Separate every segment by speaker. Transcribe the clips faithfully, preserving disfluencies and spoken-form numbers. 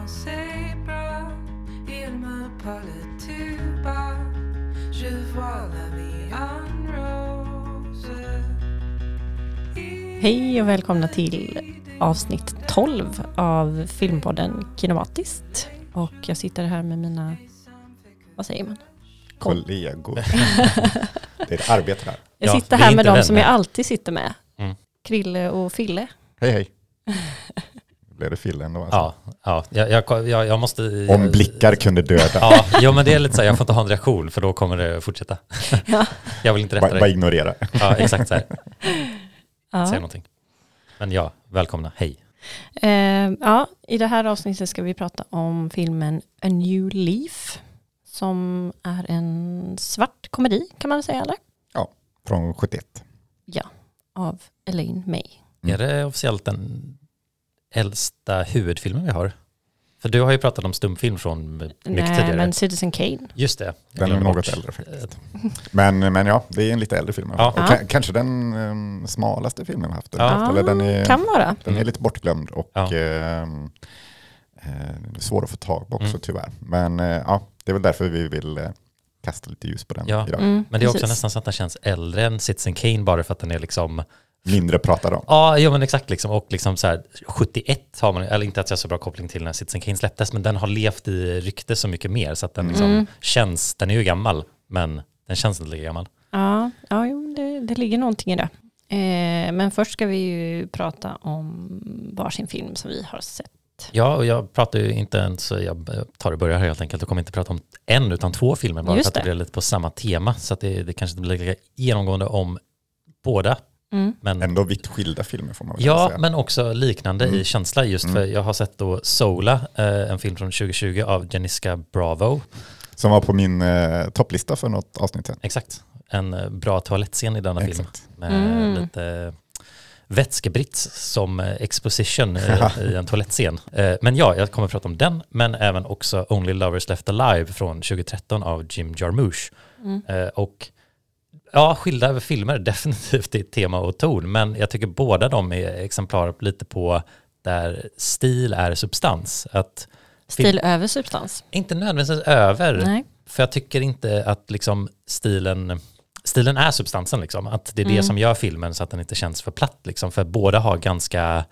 Speaker 1: ses bras, il me parle tout bas. Je vois la vie en rose.
Speaker 2: Hej och välkomna till avsnitt tolv av filmpodden Kinematiskt. Och jag sitter här med mina, vad säger man?
Speaker 3: Kollegor. Det är ett arbete här.
Speaker 2: Jag
Speaker 4: Ja,
Speaker 2: sitter
Speaker 4: vi är
Speaker 2: här med
Speaker 4: inte
Speaker 2: dem
Speaker 4: vänner.
Speaker 2: som jag alltid sitter med.
Speaker 4: Mm.
Speaker 2: Krille och Fille.
Speaker 3: Hej hej. Blev det Fille ändå? Alltså?
Speaker 4: Ja, ja jag, jag, jag, jag måste...
Speaker 3: Om blickar kunde döda.
Speaker 4: Ja, ja, men det är lite så här, jag får inte ha en reaktion för då kommer det fortsätta.
Speaker 2: Ja.
Speaker 4: Jag vill inte rätta
Speaker 3: Bara, bara
Speaker 4: dig.
Speaker 3: ignorera.
Speaker 4: Ja, exakt så här.
Speaker 2: Ja.
Speaker 4: Säg någonting. Men ja, välkomna. Hej.
Speaker 2: Eh, ja, i det här avsnittet ska vi prata om filmen A New Leaf. Som är en svart komedi, kan man säga, eller?
Speaker 3: Ja, från sjuttioett.
Speaker 2: Ja, av Elaine May.
Speaker 3: Mm.
Speaker 4: Är det officiellt den äldsta huvudfilmen vi har? För du har ju pratat om stumfilm från mycket
Speaker 2: Nej,
Speaker 4: tidigare.
Speaker 2: men Citizen Kane.
Speaker 4: Just det. Jag
Speaker 3: Den är
Speaker 4: glömde
Speaker 3: något
Speaker 4: bort.
Speaker 3: äldre faktiskt. Men, men ja, det är en lite äldre film.
Speaker 4: Ja.
Speaker 3: Och
Speaker 2: Ja.
Speaker 3: ka- kanske den um, smalaste filmen vi haft.
Speaker 4: Ja.
Speaker 3: Eller den är,
Speaker 2: Kan vara.
Speaker 3: den är lite bortglömd och
Speaker 4: Ja.
Speaker 3: ehm, eh, svår att få tag på också
Speaker 4: Mm.
Speaker 3: tyvärr. Men eh, ja, det är väl därför vi vill eh, kasta lite ljus på den
Speaker 4: Ja.
Speaker 3: idag.
Speaker 2: Mm,
Speaker 4: Men det är också
Speaker 2: precis.
Speaker 4: nästan så att den känns äldre än Citizen Kane bara för att den är liksom...
Speaker 3: Mindre pratade om.
Speaker 4: Ja, jo, men exakt liksom. Och liksom så här, sjuttioett har man, eller inte att jag har så bra koppling till när Citizen Kane släpptes, men den har levt i rykte så mycket mer så att den liksom
Speaker 2: Mm.
Speaker 4: känns, den är ju gammal, men den känns inte lika gammal.
Speaker 2: Ja, ja jo, det, det ligger någonting i det. Eh, men först ska vi ju prata om varsin film som vi har sett.
Speaker 4: Ja, och jag pratar ju inte ens, så jag tar och börjar här helt enkelt och kommer inte prata om en utan två filmer bara
Speaker 2: Just
Speaker 4: för att det
Speaker 2: det.
Speaker 4: blir lite på samma tema, så att det, det kanske inte blir lika genomgående om båda.
Speaker 2: Mm.
Speaker 4: Men
Speaker 3: Ändå vitt skilda filmer får man väl
Speaker 4: ja,
Speaker 3: säga.
Speaker 4: men också liknande
Speaker 3: Mm.
Speaker 4: i känsla just
Speaker 3: Mm.
Speaker 4: för jag har sett då Sola, eh, en film från tjugo tjugo av Jeniska Bravo.
Speaker 3: Som var på min eh, topplista för något avsnitt sen.
Speaker 4: Exakt. En eh, bra toalettscen i denna film.
Speaker 3: Exakt.
Speaker 4: Med
Speaker 2: Mm.
Speaker 4: lite vätskebrits som eh, exposition eh, i en toalettscen. Eh, men ja, jag kommer att prata om den, men även också Only Lovers Left Alive från tjugo tretton av Jim Jarmusch.
Speaker 2: Mm.
Speaker 4: Eh, och ja, skilda filmer definitivt i tema och ton, men jag tycker båda de är exemplar lite på där stil är substans. Att
Speaker 2: Stil över substans.
Speaker 4: inte nödvändigtvis över,
Speaker 2: Nej.
Speaker 4: för jag tycker inte att liksom stilen, stilen är substansen. Liksom. Att det är det
Speaker 2: Mm.
Speaker 4: som gör filmen så att den inte känns för platt. Liksom. För båda har ganska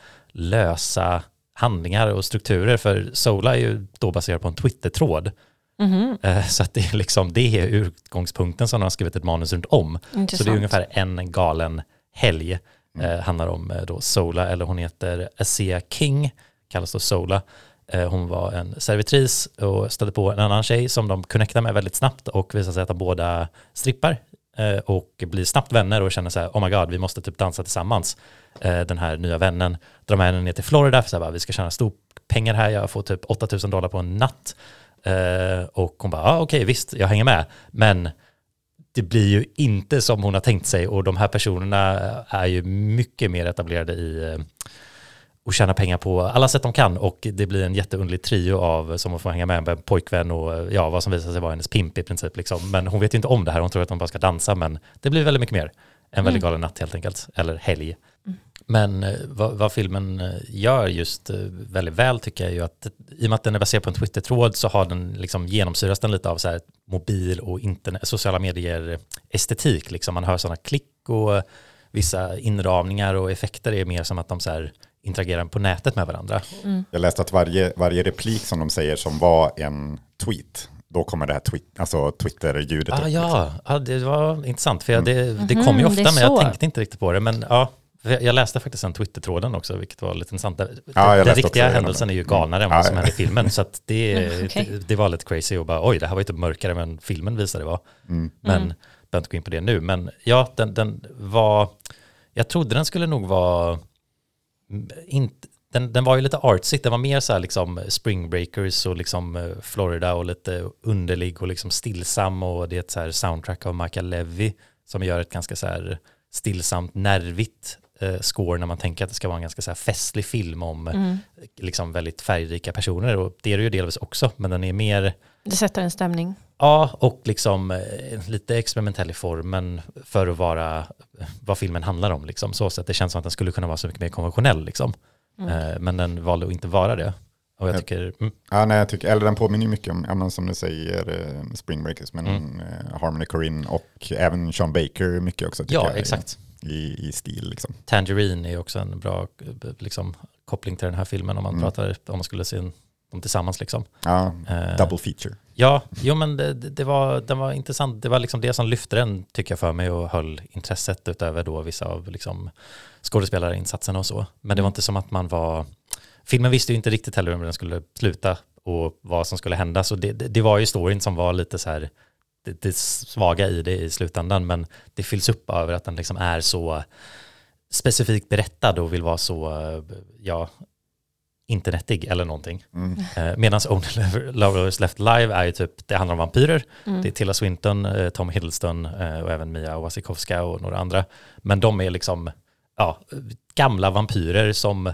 Speaker 4: lösa handlingar och strukturer. För Sola är ju då baserad på en Twitter-tråd.
Speaker 2: Mhm.
Speaker 4: Eh, Så att det är, liksom, det är utgångspunkten som de har skrivit ett manus runt om. Så
Speaker 2: Intressant.
Speaker 4: det är ungefär en galen helg. Eh, handlar om eh, då Sola, eller hon heter Asia King, kallas då Sola. Eh, hon var en servitris och stötte på en annan tjej som de connectar med väldigt snabbt och visar sig att de båda strippar eh, och blir snabbt vänner och känner så här, oh my god, vi måste typ dansa tillsammans. Eh, den här nya vännen drar med henne ner till Florida för så här, bara, vi ska tjäna stor pengar här, jag får typ åtta tusen dollar på en natt. Eh, och hon bara, ah, okej okay, visst, jag hänger med. Men det blir ju inte som hon har tänkt sig och de här personerna är ju mycket mer etablerade i eh, att tjäna pengar på alla sätt de kan och det blir en jätteunderlig trio av som att få hänga med en pojkvän och ja, vad som visar sig vara hennes pimp i princip. Liksom. Men hon vet ju inte om det här, hon tror att de bara ska dansa, men det blir väldigt mycket mer. En väldigt galen natt helt enkelt, eller helg.
Speaker 2: Mm.
Speaker 4: Men eh, vad, vad filmen eh, gör just eh, väldigt väl tycker jag är ju att i och med att den är baserad på en Twitter-tråd så har den liksom genomsyras den lite av så här mobil och internet, sociala medier estetik. Liksom. Man hör sådana klick och vissa inramningar och effekter är mer som att de så här interagerar på nätet med varandra.
Speaker 2: Mm.
Speaker 3: Jag läste att varje, varje replik som de säger som var en tweet, då kommer det här tweet, alltså Twitter-ljudet
Speaker 4: Ah,
Speaker 3: upp.
Speaker 4: ja, ja, det var intressant för jag, det, det
Speaker 2: Mhm,
Speaker 4: kom ju
Speaker 2: det
Speaker 4: ofta
Speaker 2: är
Speaker 4: men jag
Speaker 2: så.
Speaker 4: tänkte inte riktigt på det. Men ja, för jag jag läste faktiskt en Twitter-tråden också, vilket var lite intressant. Den,
Speaker 3: Ja, jag
Speaker 4: den
Speaker 3: läste
Speaker 4: riktiga
Speaker 3: också
Speaker 4: händelsen är ju galnare än
Speaker 3: Ja,
Speaker 4: vad som
Speaker 3: ja.
Speaker 4: hände i filmen. Så att det,
Speaker 2: Mm, okej.
Speaker 4: det, det var lite crazy och bara oj, det här var ju typ mörkare än filmen visade det var.
Speaker 3: Mm.
Speaker 4: Men
Speaker 2: Mm.
Speaker 4: jag behöver inte gå in på det nu. Men ja, den, den var, jag trodde den skulle nog vara inte, den, den var ju lite artsy, den var mer så här liksom Spring Breakers och liksom eh, Florida och lite underlig och liksom stillsam och det är ett så här soundtrack av Michael Levy som gör ett ganska så här stillsamt, nervigt eh, score när man tänker att det ska vara en ganska så här festlig film om
Speaker 2: Mm.
Speaker 4: liksom väldigt färgrika personer och det är det ju delvis också, men den är mer
Speaker 2: Det sätter en stämning.
Speaker 4: ja, och liksom eh, lite experimentell i formen för att vara vad filmen handlar om liksom, så att det känns som att den skulle kunna vara så mycket mer konventionell liksom.
Speaker 2: Mm.
Speaker 4: Eh, men den valde att inte vara det. Och jag tycker... Mm.
Speaker 3: Ja, nej, jag tycker, eller den påminner ju mycket om, ja, men som du säger, eh, Spring Breakers, men
Speaker 4: Mm.
Speaker 3: eh, Harmony Korine och även Sean Baker mycket också. tycker
Speaker 4: Ja,
Speaker 3: jag,
Speaker 4: exakt.
Speaker 3: I, i stil liksom.
Speaker 4: Tangerine är också en bra liksom, koppling till den här filmen om man
Speaker 3: Mm.
Speaker 4: pratar om man skulle se en, dem tillsammans liksom.
Speaker 3: Ja,
Speaker 4: Eh,
Speaker 3: double feature.
Speaker 4: Ja, jo men det, det, var, den var intressant. Det var liksom det som lyfte den tycker jag för mig och höll intresset utöver då vissa av liksom skådespelarinsatserna och så. Men det var inte som att man var... Filmen visste ju inte riktigt heller hur den skulle sluta och vad som skulle hända. Så det, det, det var ju storyn som var lite så här det, det svaga i det i slutändan. Men det fylls upp över att den liksom är så specifikt berättad och vill vara så, ja, internetig eller någonting.
Speaker 3: Mm.
Speaker 4: Eh, Medan Only Lovers Left Alive är ju typ, det handlar om vampyrer.
Speaker 2: Mm.
Speaker 4: Det är Tilda Swinton, eh, Tom Hiddleston eh, och även Mia Wasikowska och några andra. Men de är liksom ja, gamla vampyrer som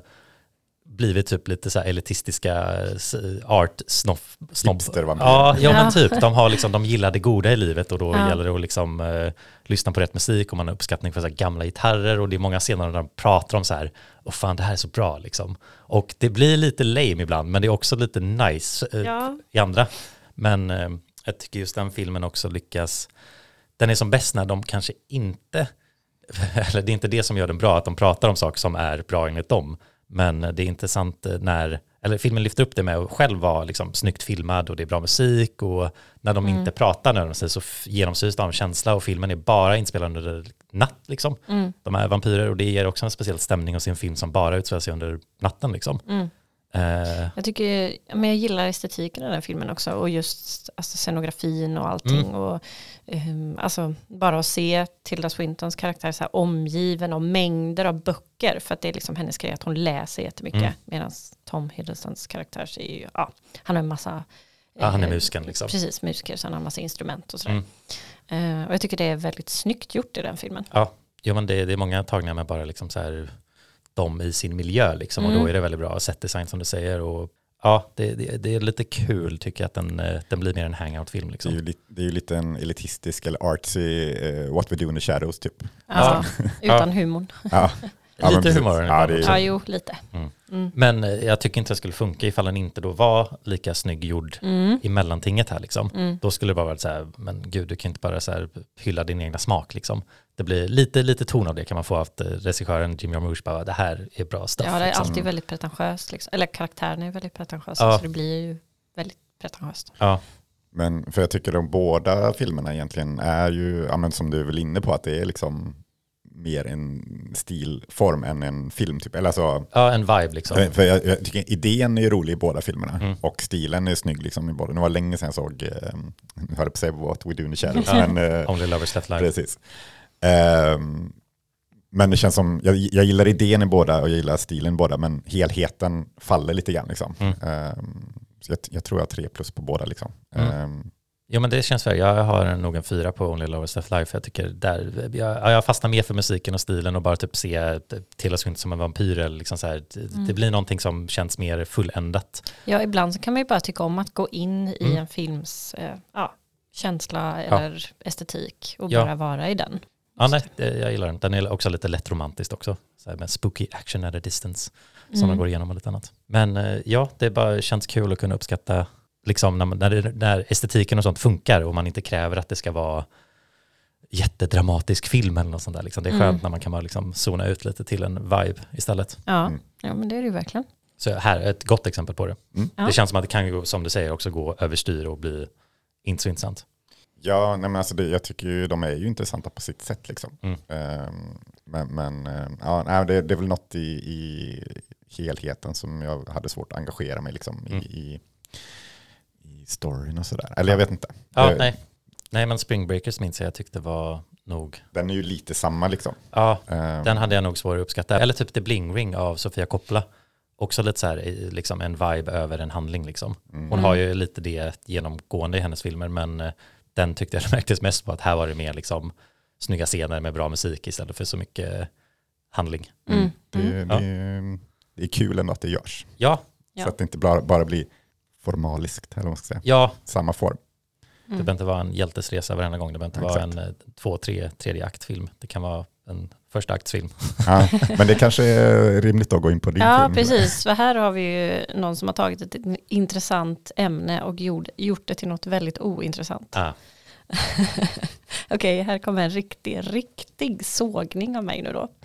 Speaker 4: blivit typ lite så här elitistiska art snobb.
Speaker 3: Hipstervampyrer.
Speaker 4: Ja, ja,
Speaker 2: Ja.
Speaker 4: men typ. De, har liksom, de gillar det goda i livet och då
Speaker 2: Ja.
Speaker 4: gäller det att liksom, eh, lyssna på rätt musik och man har uppskattning för så här gamla gitarrer och det är många scener där de pratar om så här, åh fan det här är så bra liksom. Och det blir lite lame ibland men det är också lite nice eh,
Speaker 2: Ja.
Speaker 4: i andra. Men eh, jag tycker just den filmen också lyckas, den är som bäst när de kanske inte, eller det är inte det som gör den bra, att de pratar om saker som är bra enligt dem. Men det är intressant när, eller filmen lyfter upp det med att själv vara liksom snyggt filmad och det är bra musik och när de
Speaker 2: Mm.
Speaker 4: inte pratar när de säger så f- genomsyrs av en känsla och filmen är bara inspelad under natt liksom.
Speaker 2: Mm.
Speaker 4: De är vampyrer och det ger också en speciell stämning och sin film som bara utspelar sig under natten liksom.
Speaker 2: Mm.
Speaker 4: Eh,
Speaker 2: Jag tycker, ja, men jag gillar estetiken i den filmen också och just alltså, scenografin och allting
Speaker 4: Mm.
Speaker 2: och um, alltså bara att se Tilda Swintons karaktär så här omgiven av mängder av böcker för att det är liksom hennes grej att hon läser jättemycket
Speaker 4: Mm.
Speaker 2: medan Tom Hiddlestons karaktär så är ju, ja, han har en massa
Speaker 4: ja, han är
Speaker 2: eh,
Speaker 4: musikern liksom.
Speaker 2: Precis, musiker så han har en massa instrument och sådär.
Speaker 4: Mm.
Speaker 2: Eh, och jag tycker det är väldigt snyggt gjort i den filmen.
Speaker 4: Ja, jo, men det, det är många tagningar med bara liksom så här de i sin miljö liksom, och
Speaker 2: Mm.
Speaker 4: då är det väldigt bra setdesign som du säger och ja, det, det, det är lite kul tycker jag att den, eh, den blir mer en hangout-film
Speaker 3: Det är,
Speaker 4: liksom.
Speaker 3: ju lite, det är ju lite en elitistisk eller artsy uh, What We Do in the Shadows typ.
Speaker 2: Ja, utan
Speaker 4: Ja.
Speaker 2: humorn.
Speaker 3: Ja, ja,
Speaker 4: Lite
Speaker 3: men precis.
Speaker 4: humor.
Speaker 3: Ja, det är,
Speaker 2: Ja, jo, lite.
Speaker 4: Mm.
Speaker 2: Mm.
Speaker 4: Men eh, jag tycker inte det skulle funka ifall den inte då var lika snygg gjord
Speaker 2: Mm.
Speaker 4: i mellantinget här liksom.
Speaker 2: Mm.
Speaker 4: Då skulle det bara vara så här, men gud du kan inte bara så här hylla din egna smak liksom. Det blir lite, lite ton av det kan man få av att eh, regissören Jim Jarmusch bara, det här är bra stuff.
Speaker 2: Ja, det är
Speaker 4: liksom.
Speaker 2: alltid väldigt pretentiöst. Liksom. Eller karaktären är väldigt pretentiös.
Speaker 4: Ja.
Speaker 2: Så det blir ju väldigt pretentiöst.
Speaker 4: Ja,
Speaker 3: men för jag tycker de båda filmerna egentligen är ju, ja, men som du är väl inne på, att det är liksom mer en stilform än en film typ. Eller alltså,
Speaker 4: ja, en vibe liksom.
Speaker 3: för jag, jag tycker idén är ju rolig i båda filmerna
Speaker 4: Mm.
Speaker 3: och stilen är snygg liksom i båda. Det var länge sedan jag såg, eh, jag höll på att säga What We Do in the Shadows,
Speaker 4: Ja.
Speaker 3: men eh,
Speaker 4: Only Lovers Left Alive.
Speaker 3: precis. Ehm, men det känns som, jag, jag gillar idén i båda och jag gillar stilen i båda, men helheten faller lite grann liksom.
Speaker 4: Mm.
Speaker 3: Ehm, så jag, jag tror jag har tre plus på båda liksom.
Speaker 4: Mm.
Speaker 3: Ehm,
Speaker 4: Jo men det känns fair. Jag har nog en fyra på Only Lovers Left Alive för jag tycker där, jag, jag fastnar mer för musiken och stilen och bara typ se Tilda Swinton som en vampyr eller liksom så här, det,
Speaker 2: Mm.
Speaker 4: det blir någonting som känns mer fulländat.
Speaker 2: Ja, ibland så kan man ju bara tycka om att gå in i
Speaker 4: Mm.
Speaker 2: en films eh, ja, känsla eller estetik och
Speaker 4: Ja.
Speaker 2: bara vara i den.
Speaker 4: Ja nej, det, jag gillar den. Den är också lite lätt romantiskt också. Så här med spooky action at a distance som
Speaker 2: Mm.
Speaker 4: de går igenom och lite annat. Men eh, ja, det bara känns kul att kunna uppskatta liksom när, man- när, det, när estetiken och sånt funkar och man inte kräver att det ska vara jättedramatisk film eller något sånt där. Liksom. Det är skönt
Speaker 2: Mm.
Speaker 4: när man kan bara liksom zona ut lite till en vibe istället.
Speaker 2: Ja.
Speaker 3: Mm.
Speaker 2: ja, men det är det ju verkligen.
Speaker 4: Så här är ett gott exempel på det.
Speaker 3: Mm.
Speaker 2: Ja.
Speaker 4: Det känns som att det kan gå, som du säger, också gå överstyr och bli inte så intressant.
Speaker 3: Ja, nej, men alltså det, jag tycker ju de är ju intressanta på sitt sätt liksom.
Speaker 4: Mm.
Speaker 3: Ehm, men men ehm, ja, nej, det, det är väl något i, i helheten som jag hade svårt att engagera mig liksom,
Speaker 4: Mm.
Speaker 3: i, i, i storyn och sådär. Eller jag vet inte.
Speaker 4: Ja,
Speaker 3: Det-
Speaker 4: nej. nej, men Spring Breakers minns jag, jag tyckte var nog...
Speaker 3: Den är ju lite samma liksom.
Speaker 4: Ja,
Speaker 3: Ehm,
Speaker 4: den hade jag nog svår att uppskatta. Eller typ The Bling Ring av Sofia Coppola. Också lite så här, i- liksom en vibe över en handling liksom.
Speaker 3: mm.
Speaker 4: Hon har ju lite det genomgående i hennes filmer, men eh, den tyckte jag det märktes mest på att här var det mer liksom snygga scener med bra musik istället för så mycket eh, handling.
Speaker 2: Mm.
Speaker 3: Det,
Speaker 2: Mm.
Speaker 3: det, är- det är kul ändå att det görs.
Speaker 4: Ja,
Speaker 2: Ja.
Speaker 3: Så att det inte bara, bara blir formaliskt, eller vad man ska säga.
Speaker 4: ja,
Speaker 3: Samma form.
Speaker 4: det behöver inte vara en hjältesresa varenda gång. Det behöver inte vara
Speaker 3: Exakt.
Speaker 4: en eh, två, tre, tredje aktfilm. Det kan vara en första aktsfilm.
Speaker 3: Ja, men det kanske är rimligt att gå in på din
Speaker 2: Ja,
Speaker 3: film.
Speaker 2: precis. För här har vi ju någon som har tagit ett intressant ämne och gjort, gjort det till något väldigt ointressant.
Speaker 4: Ah.
Speaker 2: Okej, okay, här kommer en riktig, riktig sågning av mig nu då.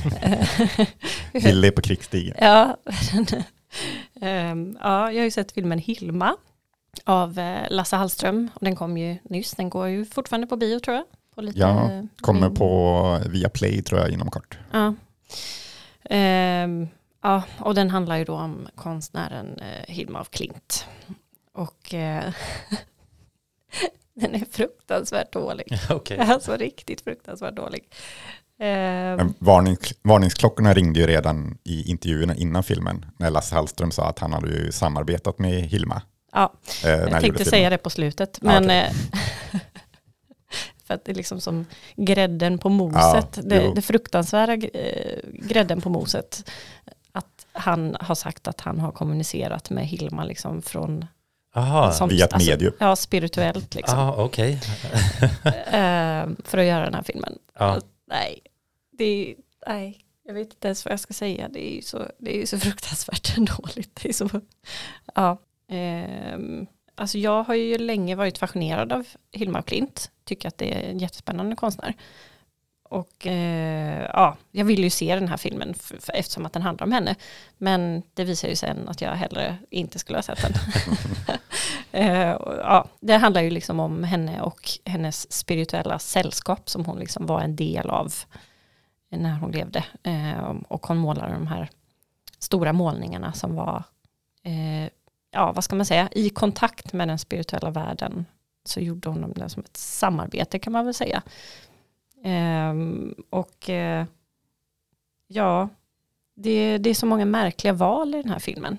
Speaker 3: Hille på krigsstigen.
Speaker 2: Ja, um, ja, jag har ju sett filmen Hilma av Lasse Hallström. Och den kom ju nyss. Den går ju fortfarande på bio tror jag. På lite,
Speaker 3: ja, kommer
Speaker 2: min...
Speaker 3: på Viaplay tror jag inom kort.
Speaker 2: Ja. Um, ja, och den handlar ju då om konstnären uh, Hilma af Klint. Och uh, den är fruktansvärt dålig.
Speaker 4: Okay.
Speaker 2: Alltså riktigt fruktansvärt dålig. Um,
Speaker 3: Men varning, varningsklockorna ringde ju redan i intervjuerna innan filmen. När Lasse Hallström sa att han hade ju samarbetat med Hilma.
Speaker 2: Ja,
Speaker 3: eh,
Speaker 2: jag tänkte säga det på slutet. Men ja, okay. För att det är liksom som grädden på moset. Ja, det, det fruktansvärda grädden på moset. Att han har sagt att han har kommunicerat med Hilma liksom från...
Speaker 3: Aha, som, via ett alltså, medium.
Speaker 2: Ja, spirituellt liksom.
Speaker 4: Ah, okej.
Speaker 2: Okay. uh, för att göra den här filmen.
Speaker 4: Ah.
Speaker 2: Alltså, nej, det är, nej, jag vet inte ens vad jag ska säga. Det är ju så, det är ju så fruktansvärt dåligt. Det är så, ja. Uh, alltså jag har ju länge varit fascinerad av Hilma af Klint. Tycker att det är en jättespännande konstnär. Och eh, ja, jag vill ju se den här filmen för, för, eftersom att den handlar om henne. Men det visar ju sen att jag hellre inte skulle ha sett den. eh, och, ja, det handlar ju liksom om henne och hennes spirituella sällskap som hon liksom var en del av när hon levde. Eh, och hon målade de här stora målningarna som var, eh, ja vad ska man säga, i kontakt med den spirituella världen. Så gjorde hon det som ett samarbete kan man väl säga. Um, och uh, ja, det, det är så många märkliga val i den här filmen.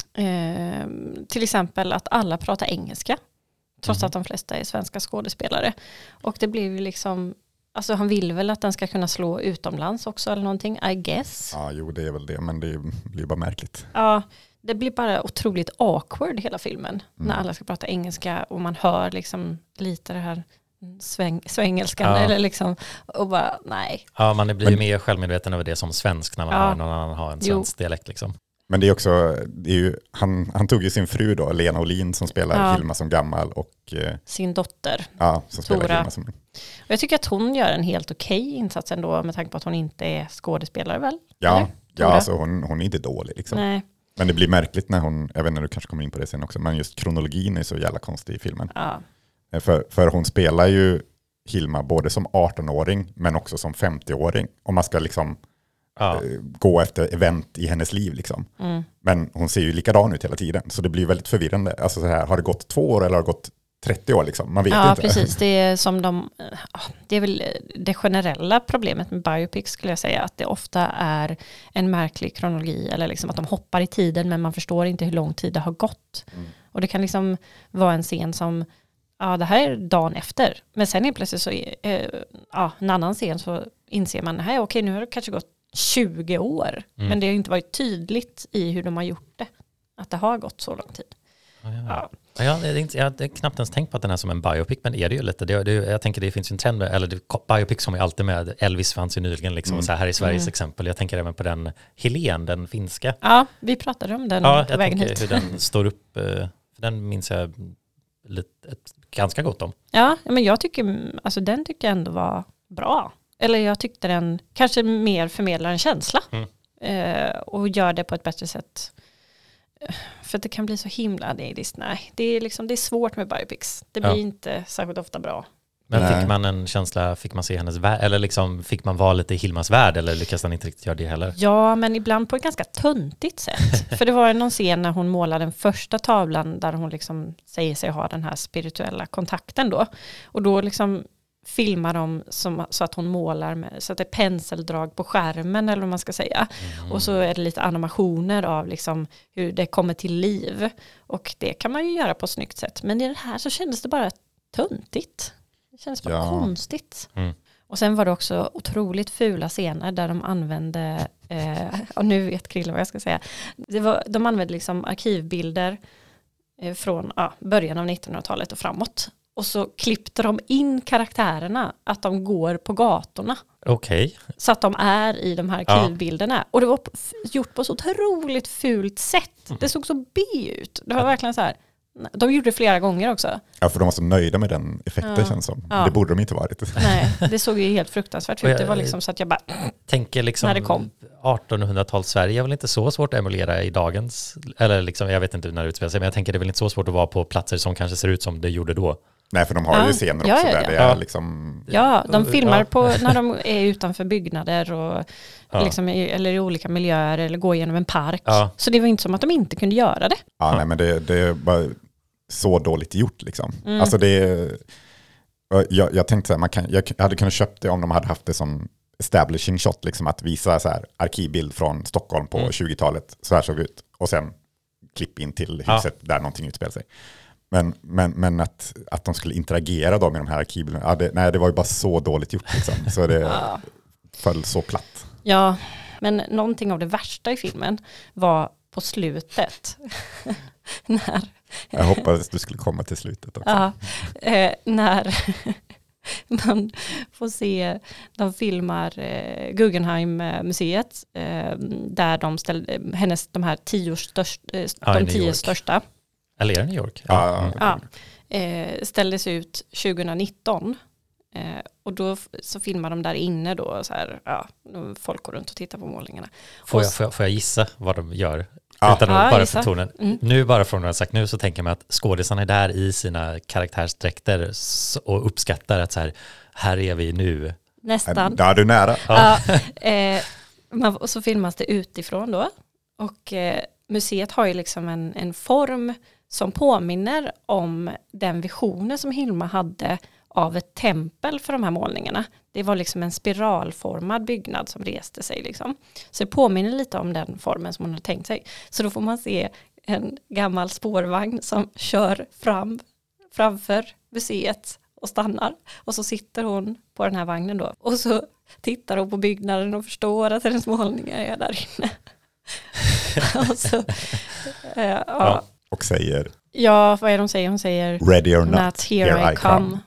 Speaker 2: Um, till exempel att alla pratar engelska, trots mm. att de flesta är svenska skådespelare. Och det blir ju liksom, alltså han vill väl att den ska kunna slå utomlands också eller någonting, I guess.
Speaker 3: Ja, jo det är väl det, men det blir bara märkligt.
Speaker 2: Ja, det blir bara otroligt awkward hela filmen, mm. när alla ska prata engelska och man hör liksom lite det här Sväng, svängelskan ja. Eller liksom och bara nej.
Speaker 4: Ja, man blir ju mer självmedveten över det som svensk när man ja. hör någon annan ha en svensk jo. dialekt liksom.
Speaker 3: Men det är också, det är ju, han, han tog ju sin fru då, Lena Olin som spelar ja. Hilma som gammal och eh,
Speaker 2: sin dotter
Speaker 3: ja, som spelar
Speaker 2: Tora.
Speaker 3: Hilma som...
Speaker 2: Och jag tycker att hon gör en helt okej insats ändå med tanke på att hon inte är skådespelare väl?
Speaker 3: Ja, ja alltså hon, hon är inte dålig liksom.
Speaker 2: Nej.
Speaker 3: Men det blir märkligt när hon, jag vet inte, du kanske kommer in på det sen också, men just kronologin är så jävla konstig i filmen.
Speaker 2: Ja.
Speaker 3: För, för hon spelar ju Hilma både som arton-åring men också som femtio-åring. Om man ska liksom ja. eh, gå efter event i hennes liv. Liksom.
Speaker 2: Mm.
Speaker 3: Men hon ser ju likadan ut hela tiden. Så det blir väldigt förvirrande. Alltså så här, har det gått två år eller har det gått trettio år? Liksom? Man vet
Speaker 2: ja,
Speaker 3: inte.
Speaker 2: Ja, precis. Det är, som de, det är väl det generella problemet med biopics skulle jag säga. Att det ofta är en märklig kronologi. Eller liksom att de hoppar i tiden men man förstår inte hur lång tid det har gått. Mm. Och det kan liksom vara en scen som ja, det här är dagen efter. Men sen är plötsligt så eh, ja, en annan scen så inser man att okej, nu har det kanske gått tjugo år. Mm. Men det har inte varit tydligt i hur de har gjort det. Att det har gått så lång tid.
Speaker 4: Ja, ja. Ja. Ja, jag, är inte, jag har knappt ens tänkt på att den är som en biopic, men är det ju lite. Det, det, jag tänker det finns en trend med, eller det, biopics som är alltid med. Elvis fanns ju nyligen liksom, mm. och så här i Sveriges mm. exempel. Jag tänker även på den Helen, den finska.
Speaker 2: Ja, vi pratade om den
Speaker 4: ja,
Speaker 2: på vägen hit.
Speaker 4: Ja, jag tänker hur den står upp. För den minns jag lite, ett, ganska gott om.
Speaker 2: Ja, men jag tycker, alltså den tycker jag ändå var bra. Eller jag tyckte den kanske mer förmedlar en känsla. Mm. Eh, och gör det på ett bättre sätt. För det kan bli så himla, det är, nej, det är, liksom, det är svårt med biopics. Det blir ja. inte särskilt ofta bra.
Speaker 4: Men
Speaker 3: nej.
Speaker 4: Fick man en känsla, fick man se hennes värld, eller liksom, fick man vara lite i Hilmas värld, eller lyckas han inte riktigt göra det heller?
Speaker 2: Ja, men ibland på ett ganska töntigt sätt. För det var någon scen när hon målade den första tavlan där hon liksom säger sig ha den här spirituella kontakten då. Och då liksom filmar de som, så att hon målar med, så att det är penseldrag på skärmen eller vad man ska säga. Mm. Och så är det lite animationer av liksom hur det kommer till liv. Och det kan man ju göra på ett snyggt sätt. Men i det här så kändes det bara töntigt. Det kändes bara ja. konstigt. Mm. Och sen var det också otroligt fula scener där de använde, eh, och nu vet Krille vad jag ska säga. Det var, de använde liksom arkivbilder eh, från ja, början av nittonhundratalet och framåt. och så klippte de in karaktärerna att de går på gatorna.
Speaker 4: Okej. Okay.
Speaker 2: Så att de är i de här arkivbilderna. Ja. Och det var gjort på så otroligt fult sätt. Mm. Det såg så B ut. Det var verkligen så här. De gjorde det flera gånger också.
Speaker 3: Ja, för de var så nöjda med den effekten ja. känns som. Ja. Det borde de inte varit.
Speaker 2: Nej, det såg ju helt fruktansvärt ut. Det var liksom så att jag bara...
Speaker 4: Tänker liksom
Speaker 2: när det kom.
Speaker 4: artonhundratals Sverige är väl inte så svårt att emulera i dagens... Eller liksom, jag vet inte när det utspelar sig, men jag tänker det är väl inte så svårt att vara på platser som kanske ser ut som det gjorde då.
Speaker 3: Nej, för de har
Speaker 2: ja.
Speaker 3: ju scener
Speaker 2: ja,
Speaker 3: också
Speaker 2: ja,
Speaker 3: där
Speaker 2: ja.
Speaker 3: det är
Speaker 4: ja.
Speaker 3: liksom...
Speaker 2: Ja, de filmar ja. på när de är utanför byggnader och
Speaker 4: ja.
Speaker 2: liksom, eller i olika miljöer eller går genom en park.
Speaker 4: Ja.
Speaker 2: Så det var inte som att de inte kunde göra det.
Speaker 3: Ja, nej, men det, det är bara så dåligt gjort liksom.
Speaker 2: Mm.
Speaker 3: Alltså det är... Jag, jag tänkte så här, man kan, jag hade kunnat köpt det om de hade haft det som establishing shot, liksom att visa så här arkivbild från Stockholm på mm. tjugotalet, så här såg det ut. Och sen klipp in till huset ja. där någonting utspelar sig. Men, men, men att, att de skulle interagera då med de här arkivbilderna, ja, det, nej det var ju bara så dåligt gjort liksom. Så det
Speaker 2: ja.
Speaker 3: föll så platt.
Speaker 2: Ja, men någonting av det värsta i filmen var på slutet. när,
Speaker 3: jag hoppades du skulle komma till slutet också.
Speaker 2: Ja, eh, när man får se, de filmar eh, Guggenheim-museet eh, där de ställde hennes, de här tio, störst, eh,
Speaker 4: ja,
Speaker 2: de tio största.
Speaker 4: Eller är det New York?
Speaker 3: Ja,
Speaker 4: mm.
Speaker 2: ja eh, ställdes ut tjugonitton. Eh, och då f- så filmar de där inne då så här, ja, folk går runt och tittar på målningarna.
Speaker 4: Får
Speaker 2: och
Speaker 4: jag, får jag, får jag gissa vad de gör?
Speaker 3: Ja.
Speaker 4: Utan
Speaker 2: ja,
Speaker 4: att bara
Speaker 2: gissa.
Speaker 4: för tonen.
Speaker 2: Mm.
Speaker 4: Nu bara från vad jag sagt nu så tänker man att skådisarna är där i sina karaktärsdräkter och uppskattar att så här, här är vi nu.
Speaker 2: Nästan.
Speaker 3: Ja, du är nära.
Speaker 2: Ja. Ja, eh, man, och så filmas det utifrån då. Och eh, museet har ju liksom en, en form som påminner om den visionen som Hilma hade av ett tempel för de här målningarna. Det var liksom en spiralformad byggnad som reste sig liksom. Så det påminner lite om den formen som hon hade tänkt sig. Så då får man se en gammal spårvagn som kör fram framför museet och stannar. Och så sitter hon på den här vagnen då. Och så tittar hon på byggnaden och förstår att hennes målningar är där inne. och så, eh, ja.
Speaker 3: Ja, och säger...
Speaker 2: Ja, vad är det hon säger? Hon säger...
Speaker 3: Ready or not,
Speaker 2: not here, here I, I come. come.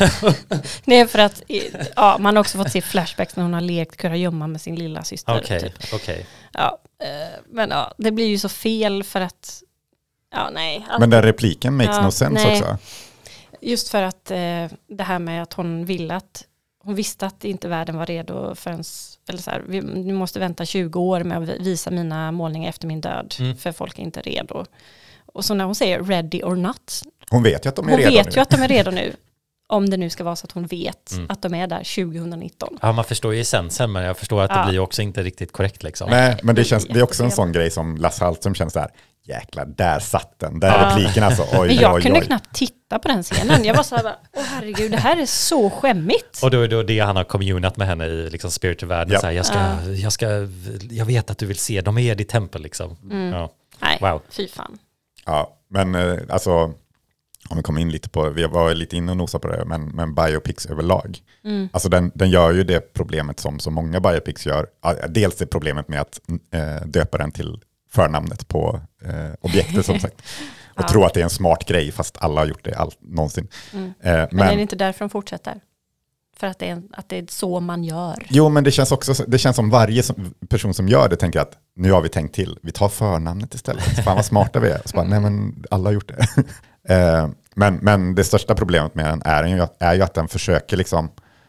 Speaker 2: Det är för att ja, man har också fått se flashbacks när hon har lekt kurragömma med sin lilla syster.
Speaker 4: Okej, okay,
Speaker 2: typ.
Speaker 4: okej. Okay.
Speaker 2: Ja, eh, men ja, det blir ju så fel för att... Ja, nej.
Speaker 3: Alltid. Men den repliken makes
Speaker 2: ja,
Speaker 3: no sense
Speaker 2: nej.
Speaker 3: också.
Speaker 2: Just för att eh, det här med att hon ville att... Hon visste att inte världen var redo förrän... Eller så här, vi, vi måste vänta tjugo år med att visa mina målningar efter min död. Mm. För folk är inte redo. Och så när hon säger ready or not.
Speaker 3: Hon vet ju att de är
Speaker 2: hon
Speaker 3: redo nu.
Speaker 2: Hon vet ju att de är redo nu. Om det nu ska vara så att hon vet mm. att de är där tjugonitton.
Speaker 4: Ja, man förstår ju essensen, men jag förstår att ja. det blir också inte riktigt korrekt liksom.
Speaker 3: Nej, men det, känns, det är också en sån grej som Lasse Hallström känns så här, jäklar, där satt den. Där ja. repliken alltså, oj,
Speaker 2: men jag
Speaker 3: oj,
Speaker 2: kunde
Speaker 3: oj.
Speaker 2: knappt titta på den scenen. Jag var så här, åh herregud, det här är så skämmigt.
Speaker 4: Och då är det det han har communat med henne i liksom spiritual-världen.
Speaker 3: Ja.
Speaker 4: Så här, jag, ska,
Speaker 2: ja.
Speaker 4: jag, ska, jag vet att du vill se, de är i ditt tempel liksom.
Speaker 2: Mm.
Speaker 4: Ja.
Speaker 2: Nej,
Speaker 4: wow.
Speaker 2: fy fan.
Speaker 3: Ja, men eh, alltså... Om vi kommer in lite på, vi var lite inne och nosade på det, men, men biopics överlag.
Speaker 2: Mm.
Speaker 3: Alltså den, den gör ju det problemet som så många biopics gör. Dels det problemet med att eh, döpa den till förnamnet på eh, objektet som sagt. Och
Speaker 2: ja.
Speaker 3: tro att det är en smart grej fast alla har gjort det all, någonsin.
Speaker 2: Mm.
Speaker 3: Eh,
Speaker 2: men,
Speaker 3: men
Speaker 2: är det inte därför de fortsätter? För att det, är, att det är så man gör.
Speaker 3: Jo, men det känns också det känns som varje som, person som gör det tänker att nu har vi tänkt till. Vi tar förnamnet istället. Fan vad smarta vi är. Så bara, nej men alla har gjort det. eh, Men, men det största problemet med den är ju att, är ju att den försöker liksom...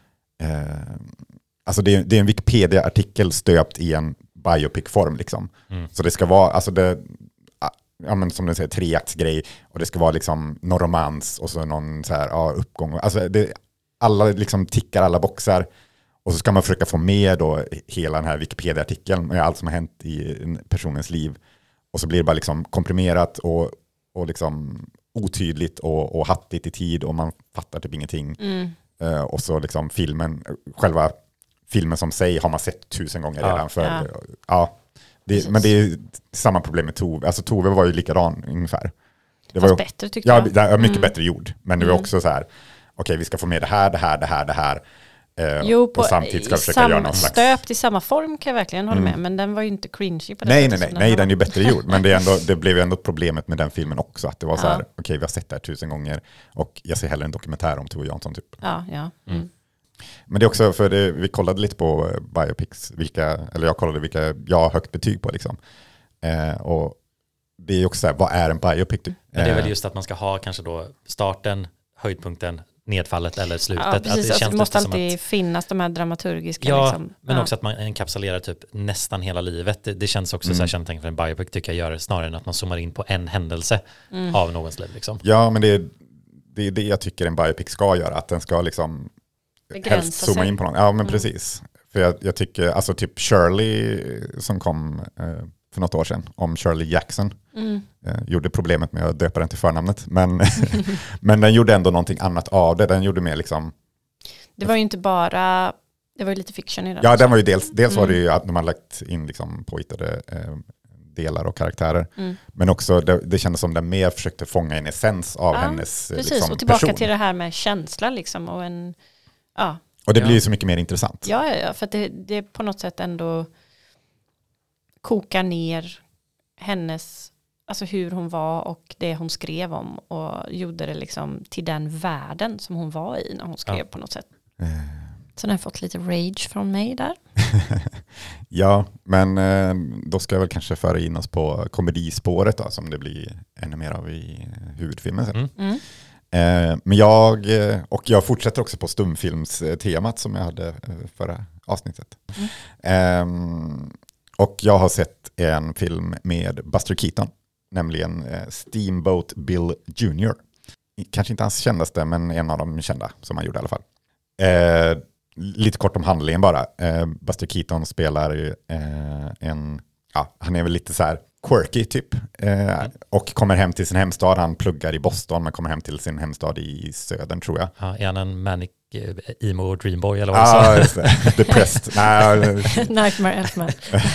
Speaker 3: Eh, alltså det, det är en Wikipedia-artikel stöpt i en biopic-form. Liksom. Mm. Så det ska vara, alltså det, ja, men som du säger, treaktsgrej. Och det ska vara liksom någon romans och så någon så här, ja, uppgång. Alltså det, alla liksom tickar alla boxar. Och så ska man försöka få med då hela den här Wikipedia-artikeln med allt som har hänt i personens liv. Och så blir det bara liksom komprimerat och, och liksom... otydligt och, och hattigt i tid och man fattar typ ingenting.
Speaker 2: Mm.
Speaker 3: Uh, och så liksom filmen, själva filmen som sig har man sett tusen gånger
Speaker 4: ja.
Speaker 3: redan. För,
Speaker 2: ja.
Speaker 3: ja det, men det är samma problem med Tove. Alltså Tove var ju likadan ungefär. Det
Speaker 2: Fast
Speaker 3: var ju,
Speaker 2: bättre tycker
Speaker 3: ja,
Speaker 2: jag.
Speaker 3: det är mycket
Speaker 2: mm.
Speaker 3: bättre gjord. Men det var
Speaker 2: mm.
Speaker 3: också så här, okej okay, vi ska få med det här, det här, det här, det här. Eh,
Speaker 2: Jo, på,
Speaker 3: och samtidigt ska
Speaker 2: i
Speaker 3: försöka
Speaker 2: sam,
Speaker 3: göra någon slags...
Speaker 2: stöpt i samma form kan jag verkligen hålla
Speaker 3: Mm.
Speaker 2: med, men den var ju inte cringy på det
Speaker 3: Nej, nej,
Speaker 2: sättet
Speaker 3: nej,
Speaker 2: som
Speaker 3: nej,
Speaker 2: var.
Speaker 3: den är ju bättre gjord, men det, är ändå, det blev ju ändå problemet med den filmen också, att det var så här,
Speaker 2: Ja.
Speaker 3: okej, okay, vi har sett det här tusen gånger och jag ser hellre en dokumentär om Tove Jansson typ.
Speaker 2: Ja, ja. Mm.
Speaker 4: Mm.
Speaker 3: Men det är också för det, vi kollade lite på biopics, vilka, eller jag kollade vilka jag har högt betyg på liksom. Eh, och det är också så här, vad är en biopic? Typ?
Speaker 4: Men det är väl
Speaker 3: Eh,
Speaker 4: just att man ska ha kanske då starten, höjdpunkten, nedfallet eller slutet.
Speaker 2: Ja, precis.
Speaker 4: Att det,
Speaker 2: Alltså,
Speaker 4: känns
Speaker 2: det måste
Speaker 4: lite som
Speaker 2: alltid
Speaker 4: att,
Speaker 2: finnas de här dramaturgiska.
Speaker 4: ja,
Speaker 2: liksom.
Speaker 4: men
Speaker 2: ja.
Speaker 4: också att man enkapsulerar typ nästan hela livet. Det, det känns också
Speaker 3: Mm.
Speaker 4: så här kännetecken för en biopic tycker jag gör snarare än att man zoomar in på en händelse
Speaker 2: Mm.
Speaker 4: av någons liv. Liksom.
Speaker 3: Ja, men det är, det är det jag tycker en biopic ska göra, att den ska liksom
Speaker 2: Begränsa
Speaker 3: helst zooma
Speaker 2: sig.
Speaker 3: in på någon. Ja, men
Speaker 2: Mm.
Speaker 3: precis. För jag, jag tycker, alltså typ Shirley som kom eh, för något år sedan, om Shirley Jackson,
Speaker 2: Mm.
Speaker 3: eh, gjorde problemet med att döpa den till förnamnet. Men, men den gjorde ändå någonting annat av det. Den gjorde mer liksom,
Speaker 2: Det var ju inte bara, det var ju lite fiction i den.
Speaker 3: ja
Speaker 2: också.
Speaker 3: den var ju dels, dels var det
Speaker 2: Mm.
Speaker 3: ju att de har lagt in liksom påhittade eh, delar och karaktärer.
Speaker 2: Mm.
Speaker 3: Men också det, det kändes som den mer försökte fånga en essens av
Speaker 2: Ja,
Speaker 3: hennes eh,
Speaker 2: Precis,
Speaker 3: liksom,
Speaker 2: och tillbaka
Speaker 3: person.
Speaker 2: till det här med känsla liksom och en, ja,
Speaker 3: Och det
Speaker 4: Ja.
Speaker 3: blir ju så mycket mer intressant.
Speaker 2: ja, ja, ja för att det, det på något sätt ändå kokar ner hennes, alltså hur hon var och det hon skrev om och gjorde det liksom till den världen som hon var i när hon skrev
Speaker 4: Ja.
Speaker 2: på något sätt.
Speaker 3: Eh,
Speaker 2: Så den har fått lite rage från mig där.
Speaker 3: Ja, men eh, då ska jag väl kanske föra in oss på komedispåret då, som det blir ännu mer av i eh, huvudfilmen sen.
Speaker 4: Mm.
Speaker 2: Mm.
Speaker 3: Eh, men jag, eh, och jag fortsätter också på stumfilmstemat som jag hade eh, förra avsnittet.
Speaker 2: Mm.
Speaker 3: Eh, och jag har sett en film med Buster Keaton, nämligen eh, Steamboat Bill junior Kanske inte hans kändaste, men en av de kända som han gjorde i alla fall. Eh, lite kort om handlingen bara. Eh, Buster Keaton spelar ju, eh, en, ja, han är väl lite så här quirky typ. Eh, och kommer hem till sin hemstad. Han pluggar i Boston men kommer hem till sin hemstad i södern tror jag.
Speaker 4: Ja, är han en manic eh, emo dreamboy eller vad
Speaker 3: Ja,
Speaker 4: du
Speaker 3: ah,
Speaker 4: sa?
Speaker 3: just det. Depressed. Nej,
Speaker 2: Nightmare Elfman.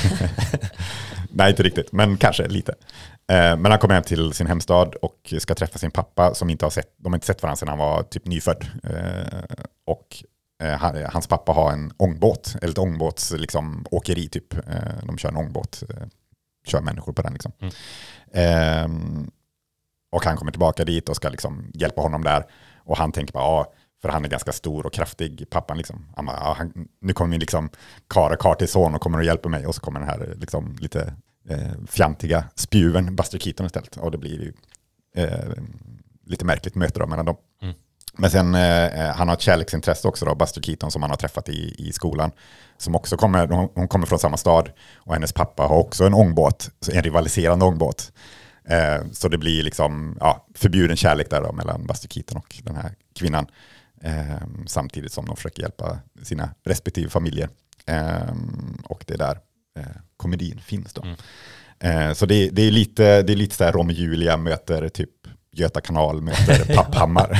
Speaker 3: nej, inte riktigt, men kanske lite. Eh, men han kommer hem till sin hemstad och ska träffa sin pappa som inte har sett, de har inte sett varandra sedan han var typ nyfödd. Eh, och eh, han, hans pappa har en ångbåt, eller ett ångbåts liksom, åkeri typ. Eh, de kör en ångbåt, eh, kör människor på den liksom.
Speaker 4: Mm.
Speaker 3: Eh, och han kommer tillbaka dit och ska liksom hjälpa honom där. Och han tänker bara, ja, för han är ganska stor och kraftig, pappan liksom. Han bara, ja, han, nu kommer min liksom kara kar till son och kommer att hjälpa mig. Och så kommer den här liksom lite eh, fjantiga spjuven Buster Keaton istället. Och det blir ju eh, lite märkligt möte då mellan dem.
Speaker 4: Mm.
Speaker 3: Men sen, eh, han har ett kärleksintresse också då, Buster Keaton, som han har träffat i, i skolan. Som också kommer, hon, hon kommer från samma stad. Och hennes pappa har också en ångbåt, en rivaliserande ångbåt. Eh, så det blir liksom, ja, förbjuden kärlek där då, mellan Buster Keaton och den här kvinnan. Eh, samtidigt som de försöker hjälpa sina respektive familjer. Eh, och det är där eh, komedin finns då.
Speaker 4: Mm.
Speaker 3: Eh, så det, det är lite, det är lite så här Rom och Julia möter typ Göta kanal möter Papphammar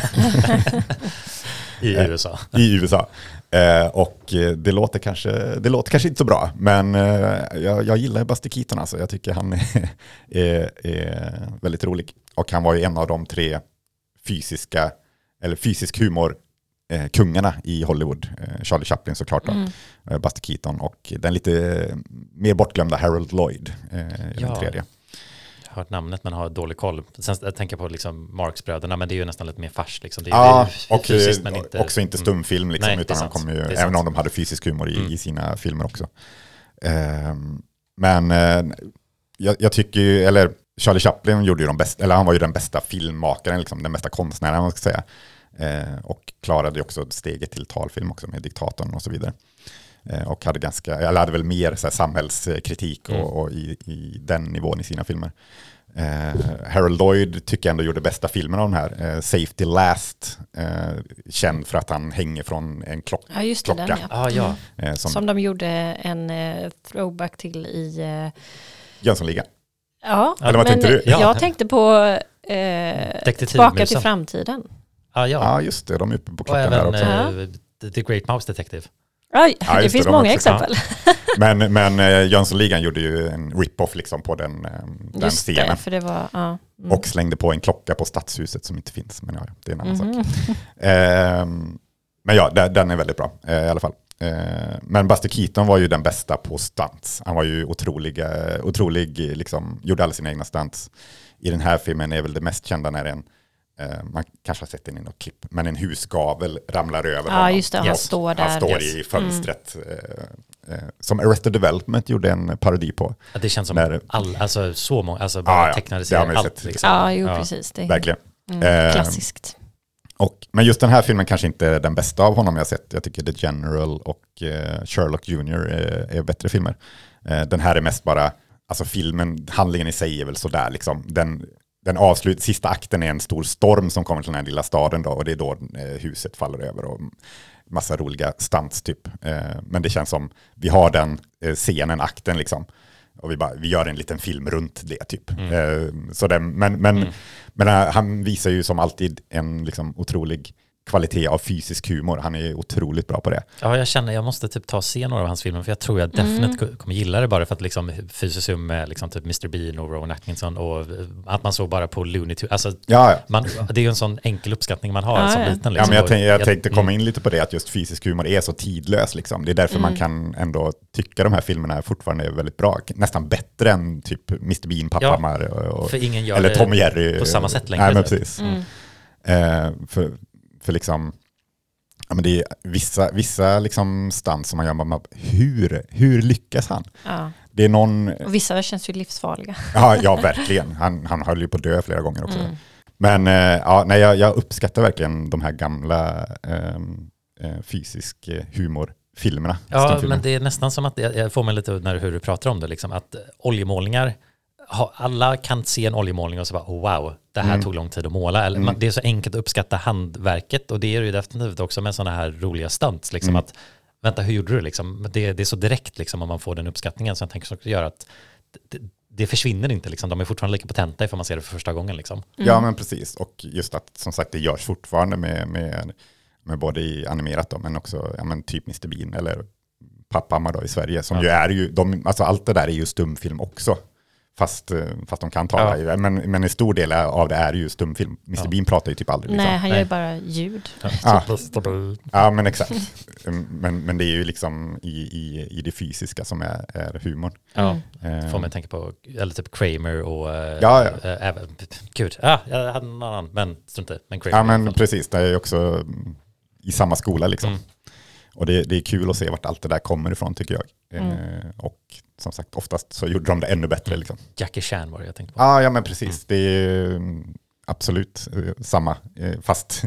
Speaker 4: I U S A.
Speaker 3: i U S A. Eh, och det låter, kanske, det låter kanske inte så bra, men eh, jag, jag gillar Buster Keaton alltså. Jag tycker han är, är, är väldigt rolig. Och han var ju en av de tre fysiska, eller fysisk humor eh, kungarna i Hollywood. Eh, Charlie Chaplin såklart då,
Speaker 2: Mm.
Speaker 3: eh, Buster Keaton och den lite mer bortglömda Harold Lloyd, eh,
Speaker 4: Ja.
Speaker 3: den tredje.
Speaker 4: Jag har hört namnet men har dålig koll. Sen jag tänker på liksom Marx-bröderna, men det är ju nästan lite mer fars. Liksom. Det är,
Speaker 3: Ja,
Speaker 4: det är
Speaker 3: och
Speaker 4: fysiskt, men
Speaker 3: eh,
Speaker 4: inte,
Speaker 3: också inte stumfilm liksom,
Speaker 4: Nej, det är
Speaker 3: utan de
Speaker 4: sant.
Speaker 3: kom ju,
Speaker 4: Det är
Speaker 3: även
Speaker 4: sant.
Speaker 3: om de hade fysisk humor i,
Speaker 4: Mm.
Speaker 3: i sina filmer också. Ehm, men eh, jag, jag tycker ju, eller Charlie Chaplin gjorde ju de bästa, eller han var ju den bästa filmmakaren, liksom, den bästa konstnären man ska säga. Eh, och klarade ju också steget till talfilm också med Diktatorn och så vidare. Eh, och hade ganska, eller hade väl mer så här, samhällskritik och,
Speaker 4: Mm.
Speaker 3: och i, i den nivån i sina filmer. Eh, Harold Lloyd tycker jag ändå gjorde bästa filmen av den här. Eh, Safety Last, eh, känd för att han hänger från en klock,
Speaker 2: Ja, just det,
Speaker 3: klocka.
Speaker 2: den ja.
Speaker 4: Ah, ja.
Speaker 3: eh, som,
Speaker 2: Som de gjorde en eh, throwback till i... Eh,
Speaker 3: Jönssonligan.
Speaker 2: ja,
Speaker 3: Eller vad
Speaker 2: men
Speaker 3: tänkte du?
Speaker 4: Ja.
Speaker 2: jag tänkte på eh,
Speaker 4: Detektivmusen.
Speaker 2: Tillbaka till framtiden.
Speaker 4: Ah,
Speaker 3: Ja,
Speaker 4: ja.
Speaker 3: just det. De är uppe på
Speaker 4: Och
Speaker 3: klockan här
Speaker 4: även
Speaker 3: också.
Speaker 4: eh, The Great Mouse Detective.
Speaker 2: Oj,
Speaker 3: Ja,
Speaker 2: det
Speaker 3: just
Speaker 2: finns
Speaker 3: det, de har
Speaker 2: många
Speaker 3: också-
Speaker 2: exempel.
Speaker 3: Men, men eh, Jönssonligan gjorde ju en rip-off liksom på den, eh, den
Speaker 2: Just
Speaker 3: scenen.
Speaker 2: det, för det var... Ja, mm.
Speaker 3: Och slängde på en klocka på stadshuset som inte finns. Men ja, det är en annan
Speaker 2: Mhm.
Speaker 3: sak. Ehm, men ja, den är väldigt bra eh, i alla fall. Eh, men Buster Keaton var ju den bästa på stunts. Han var ju otrolig, eh, otrolig liksom, gjorde alla sina egna stunts. I den här filmen är väl det mest kända när en, eh, man kanske har sett den i något klipp, men en husgavel ramlar över
Speaker 2: Ja,
Speaker 3: honom.
Speaker 2: just det, han
Speaker 3: Och
Speaker 2: står där.
Speaker 3: Han står
Speaker 2: Yes.
Speaker 3: i fönstret. Mm. Eh, eh, som Arrested Development gjorde en parodi på.
Speaker 4: Ja, det känns som
Speaker 3: när,
Speaker 4: all, alltså, så många, alltså bara
Speaker 3: ah, ja,
Speaker 4: tecknade serier, allt. Liksom.
Speaker 2: Ja, jo,
Speaker 4: ja.
Speaker 2: precis. Det är
Speaker 3: verkligen.
Speaker 2: mm,
Speaker 3: Eh,
Speaker 2: klassiskt.
Speaker 3: Och, men just den här filmen kanske inte är den bästa av honom jag har sett. Jag tycker The General och eh, Sherlock junior är, är bättre filmer. Eh, den här är mest bara, alltså filmen, handlingen i sig är väl sådär liksom. Den, den avslut, sista akten är en stor storm som kommer till den här lilla staden då, och det är då eh, huset faller över och massa roliga stunts typ. Eh, men det känns som, vi har den eh, scenen, akten liksom. Och vi, bara, vi gör en liten film runt det typ. Mm. Eh, så den, men men, mm. men äh, han visar ju som alltid en liksom, otrolig kvalitet av fysisk humor. Han är otroligt bra på det.
Speaker 4: Ja, jag känner jag måste typ ta och se några av hans filmer, för jag tror jag definitivt mm. kommer gilla det bara för att liksom fysisk humor med liksom, typ mister Bean och Rowan Atkinson och att man såg bara på Looney Tunes. Alltså,
Speaker 3: ja, ja.
Speaker 4: Man, det är ju en sån enkel uppskattning man har ja, som
Speaker 2: ja.
Speaker 4: liten. Liksom.
Speaker 3: Ja, men jag, tänk, jag
Speaker 4: jag,
Speaker 3: tänkte komma in lite på det, att just fysisk humor är så tidlös. Liksom. Det är därför mm. man kan ändå tycka de här filmerna fortfarande är väldigt bra. Nästan bättre än typ mister Bean, Papphammar
Speaker 4: ja,
Speaker 3: och, och,
Speaker 4: för ingen gör
Speaker 3: eller Tom och Jerry.
Speaker 4: På samma sätt längre.
Speaker 3: Nej, men precis.
Speaker 2: Mm.
Speaker 3: Eh, för, för liksom... Ja, men det är vissa, vissa liksom stunts som man gör, man, hur, hur lyckas han?
Speaker 2: Ja.
Speaker 3: Det är någon...
Speaker 2: Och vissa känns ju livsfarliga.
Speaker 3: Ja, ja verkligen. Han, han höll ju på att dö flera gånger också.
Speaker 2: Mm.
Speaker 3: Men eh, ja, nej, jag, jag uppskattar verkligen de här gamla eh, eh, fysisk humorfilmerna.
Speaker 4: Ja, men det är nästan som att, jag får mig lite när hur du pratar om det, liksom, att oljemålningar, alla kan se en oljemålning och så bara, oh, wow, det här mm. tog lång tid att måla. Eller, mm. Det är så enkelt att uppskatta handverket, och det är ju definitivt också med sådana här roliga stunts. Liksom, mm. att, vänta, hur gjorde du? Liksom? Det, det är så direkt liksom, om man får den uppskattningen, som jag tänker också göra att det, det försvinner inte. Liksom. De är fortfarande lika potenta ifall man ser det för första gången. Liksom.
Speaker 3: Mm. Ja, men precis. Och just att som sagt det görs fortfarande med, med, med både i animerat då, men också ja, men typ mister Bean eller Papphammar då i Sverige. Som ja. ju är ju, de, alltså allt det där är ju stumfilm också. Fast, fast de kan tala. Ja. Men, men en stor del av det är ju stumfilm. mister Ja. Bean pratar ju typ aldrig. Liksom.
Speaker 2: Nej, han gör ju bara ljud.
Speaker 3: Ja, ja men exakt. Men, men det är ju liksom i, i, i det fysiska som är, är humorn.
Speaker 4: Ja, mm. får man tänka på, eller typ Kramer och
Speaker 3: ja, ja.
Speaker 4: Även, äh, gud, ja, jag hade någon annan, men inte. Men Kramer.
Speaker 3: Ja, men precis. Det är också i samma skola liksom. Mm. Och det, det är kul att se vart allt det där kommer ifrån tycker jag. Mm. Eh, och som sagt, oftast så gjorde de det ännu bättre. Liksom.
Speaker 4: Jackie Chan var det jag tänkte på.
Speaker 3: Ah, ja, men precis. Mm. Det är absolut eh, samma, eh, fast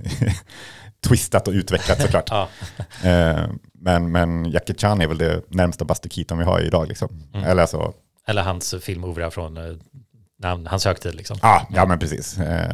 Speaker 3: twistat och utvecklat såklart. ja. eh, men, men Jackie Chan är väl det närmsta Buster Keaton vi har idag. Liksom. Mm. Eller, så,
Speaker 4: Eller hans filmovra från eh, hans högtid. Liksom.
Speaker 3: Ah, ja, men precis. Eh,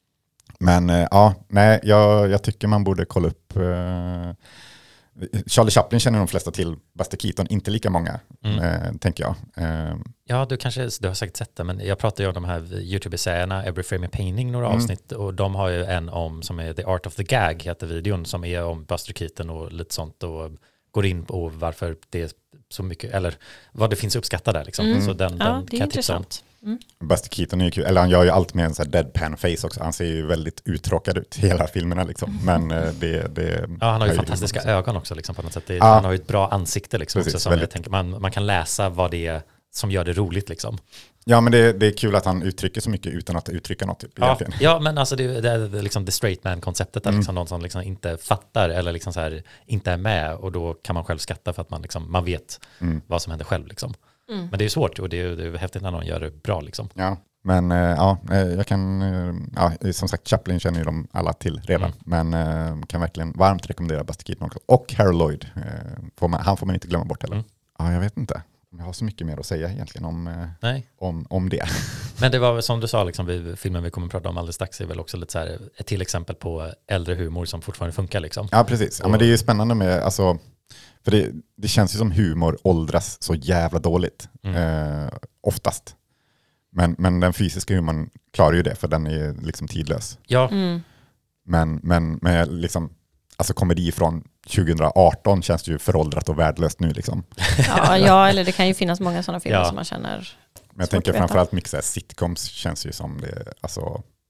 Speaker 3: men eh, ja, nej, jag, jag tycker man borde kolla upp... Eh, Charlie Chaplin känner de flesta till, Buster Keaton inte lika många, mm. eh, tänker jag. Eh.
Speaker 4: Ja, du kanske du har säkert sett det, men jag pratar ju om de här YouTube-serierna, Every Frame a Painting, några mm. avsnitt, och de har ju en om som är The Art of the Gag, heter videon, som är om Buster Keaton och lite sånt, och går in på varför det är så mycket, eller vad det finns att uppskatta där. Liksom.
Speaker 2: Mm.
Speaker 4: Så den,
Speaker 2: ja,
Speaker 4: den
Speaker 2: det är intressant.
Speaker 3: Mm. Buster Keaton är ju kul, eller han gör ju allt med en sån här deadpan face också. Han ser ju väldigt uttråkad ut i hela filmerna liksom. Men det, det
Speaker 4: ja, han har ju fantastiska ju ögon också liksom, på något sätt. Det, ja. Han har ju ett bra ansikte liksom, precis, också, som jag tänker, man, man kan läsa vad det är som gör det roligt liksom.
Speaker 3: Ja, men det, det är kul att han uttrycker så mycket utan att uttrycka något. Typ,
Speaker 4: ja, ja, men alltså det, det är liksom the straight man-konceptet, mm. liksom någon som liksom inte fattar eller liksom så här, inte är med, och då kan man själv skatta för att man, liksom, man vet mm. vad som händer själv. Liksom. Mm. Men det är svårt, och det är, det är häftigt när någon gör det bra. Liksom.
Speaker 3: Ja, men äh, ja, jag kan, ja, som sagt, Chaplin känner ju de alla till redan, mm. men äh, kan verkligen varmt rekommendera Buster Keaton också. Och Harold Lloyd, äh, får man, han får man inte glömma bort heller. Mm. Ja, jag vet inte. Jag har så mycket mer att säga egentligen om,
Speaker 4: Nej.
Speaker 3: om, om det.
Speaker 4: Men det var som du sa, liksom, vi, filmen vi kommer att prata om alldeles strax är väl också lite så här, ett till exempel på äldre humor som fortfarande funkar. Liksom.
Speaker 3: Ja, precis. Ja, men det är ju spännande med, alltså, för det, det känns ju som humor åldras så jävla dåligt. Mm. Eh, oftast. Men, men den fysiska humorn klarar ju det, för den är liksom tidlös.
Speaker 4: Ja.
Speaker 2: Mm.
Speaker 3: Men, men med liksom, alltså komedi från tjugo arton känns det ju föråldrat och värdelöst nu liksom.
Speaker 2: Ja, ja, eller det kan ju finnas många sådana filmer
Speaker 4: ja.
Speaker 2: som man känner.
Speaker 3: Men jag tänker framförallt mycket så här, sitcoms känns ju som det, alltså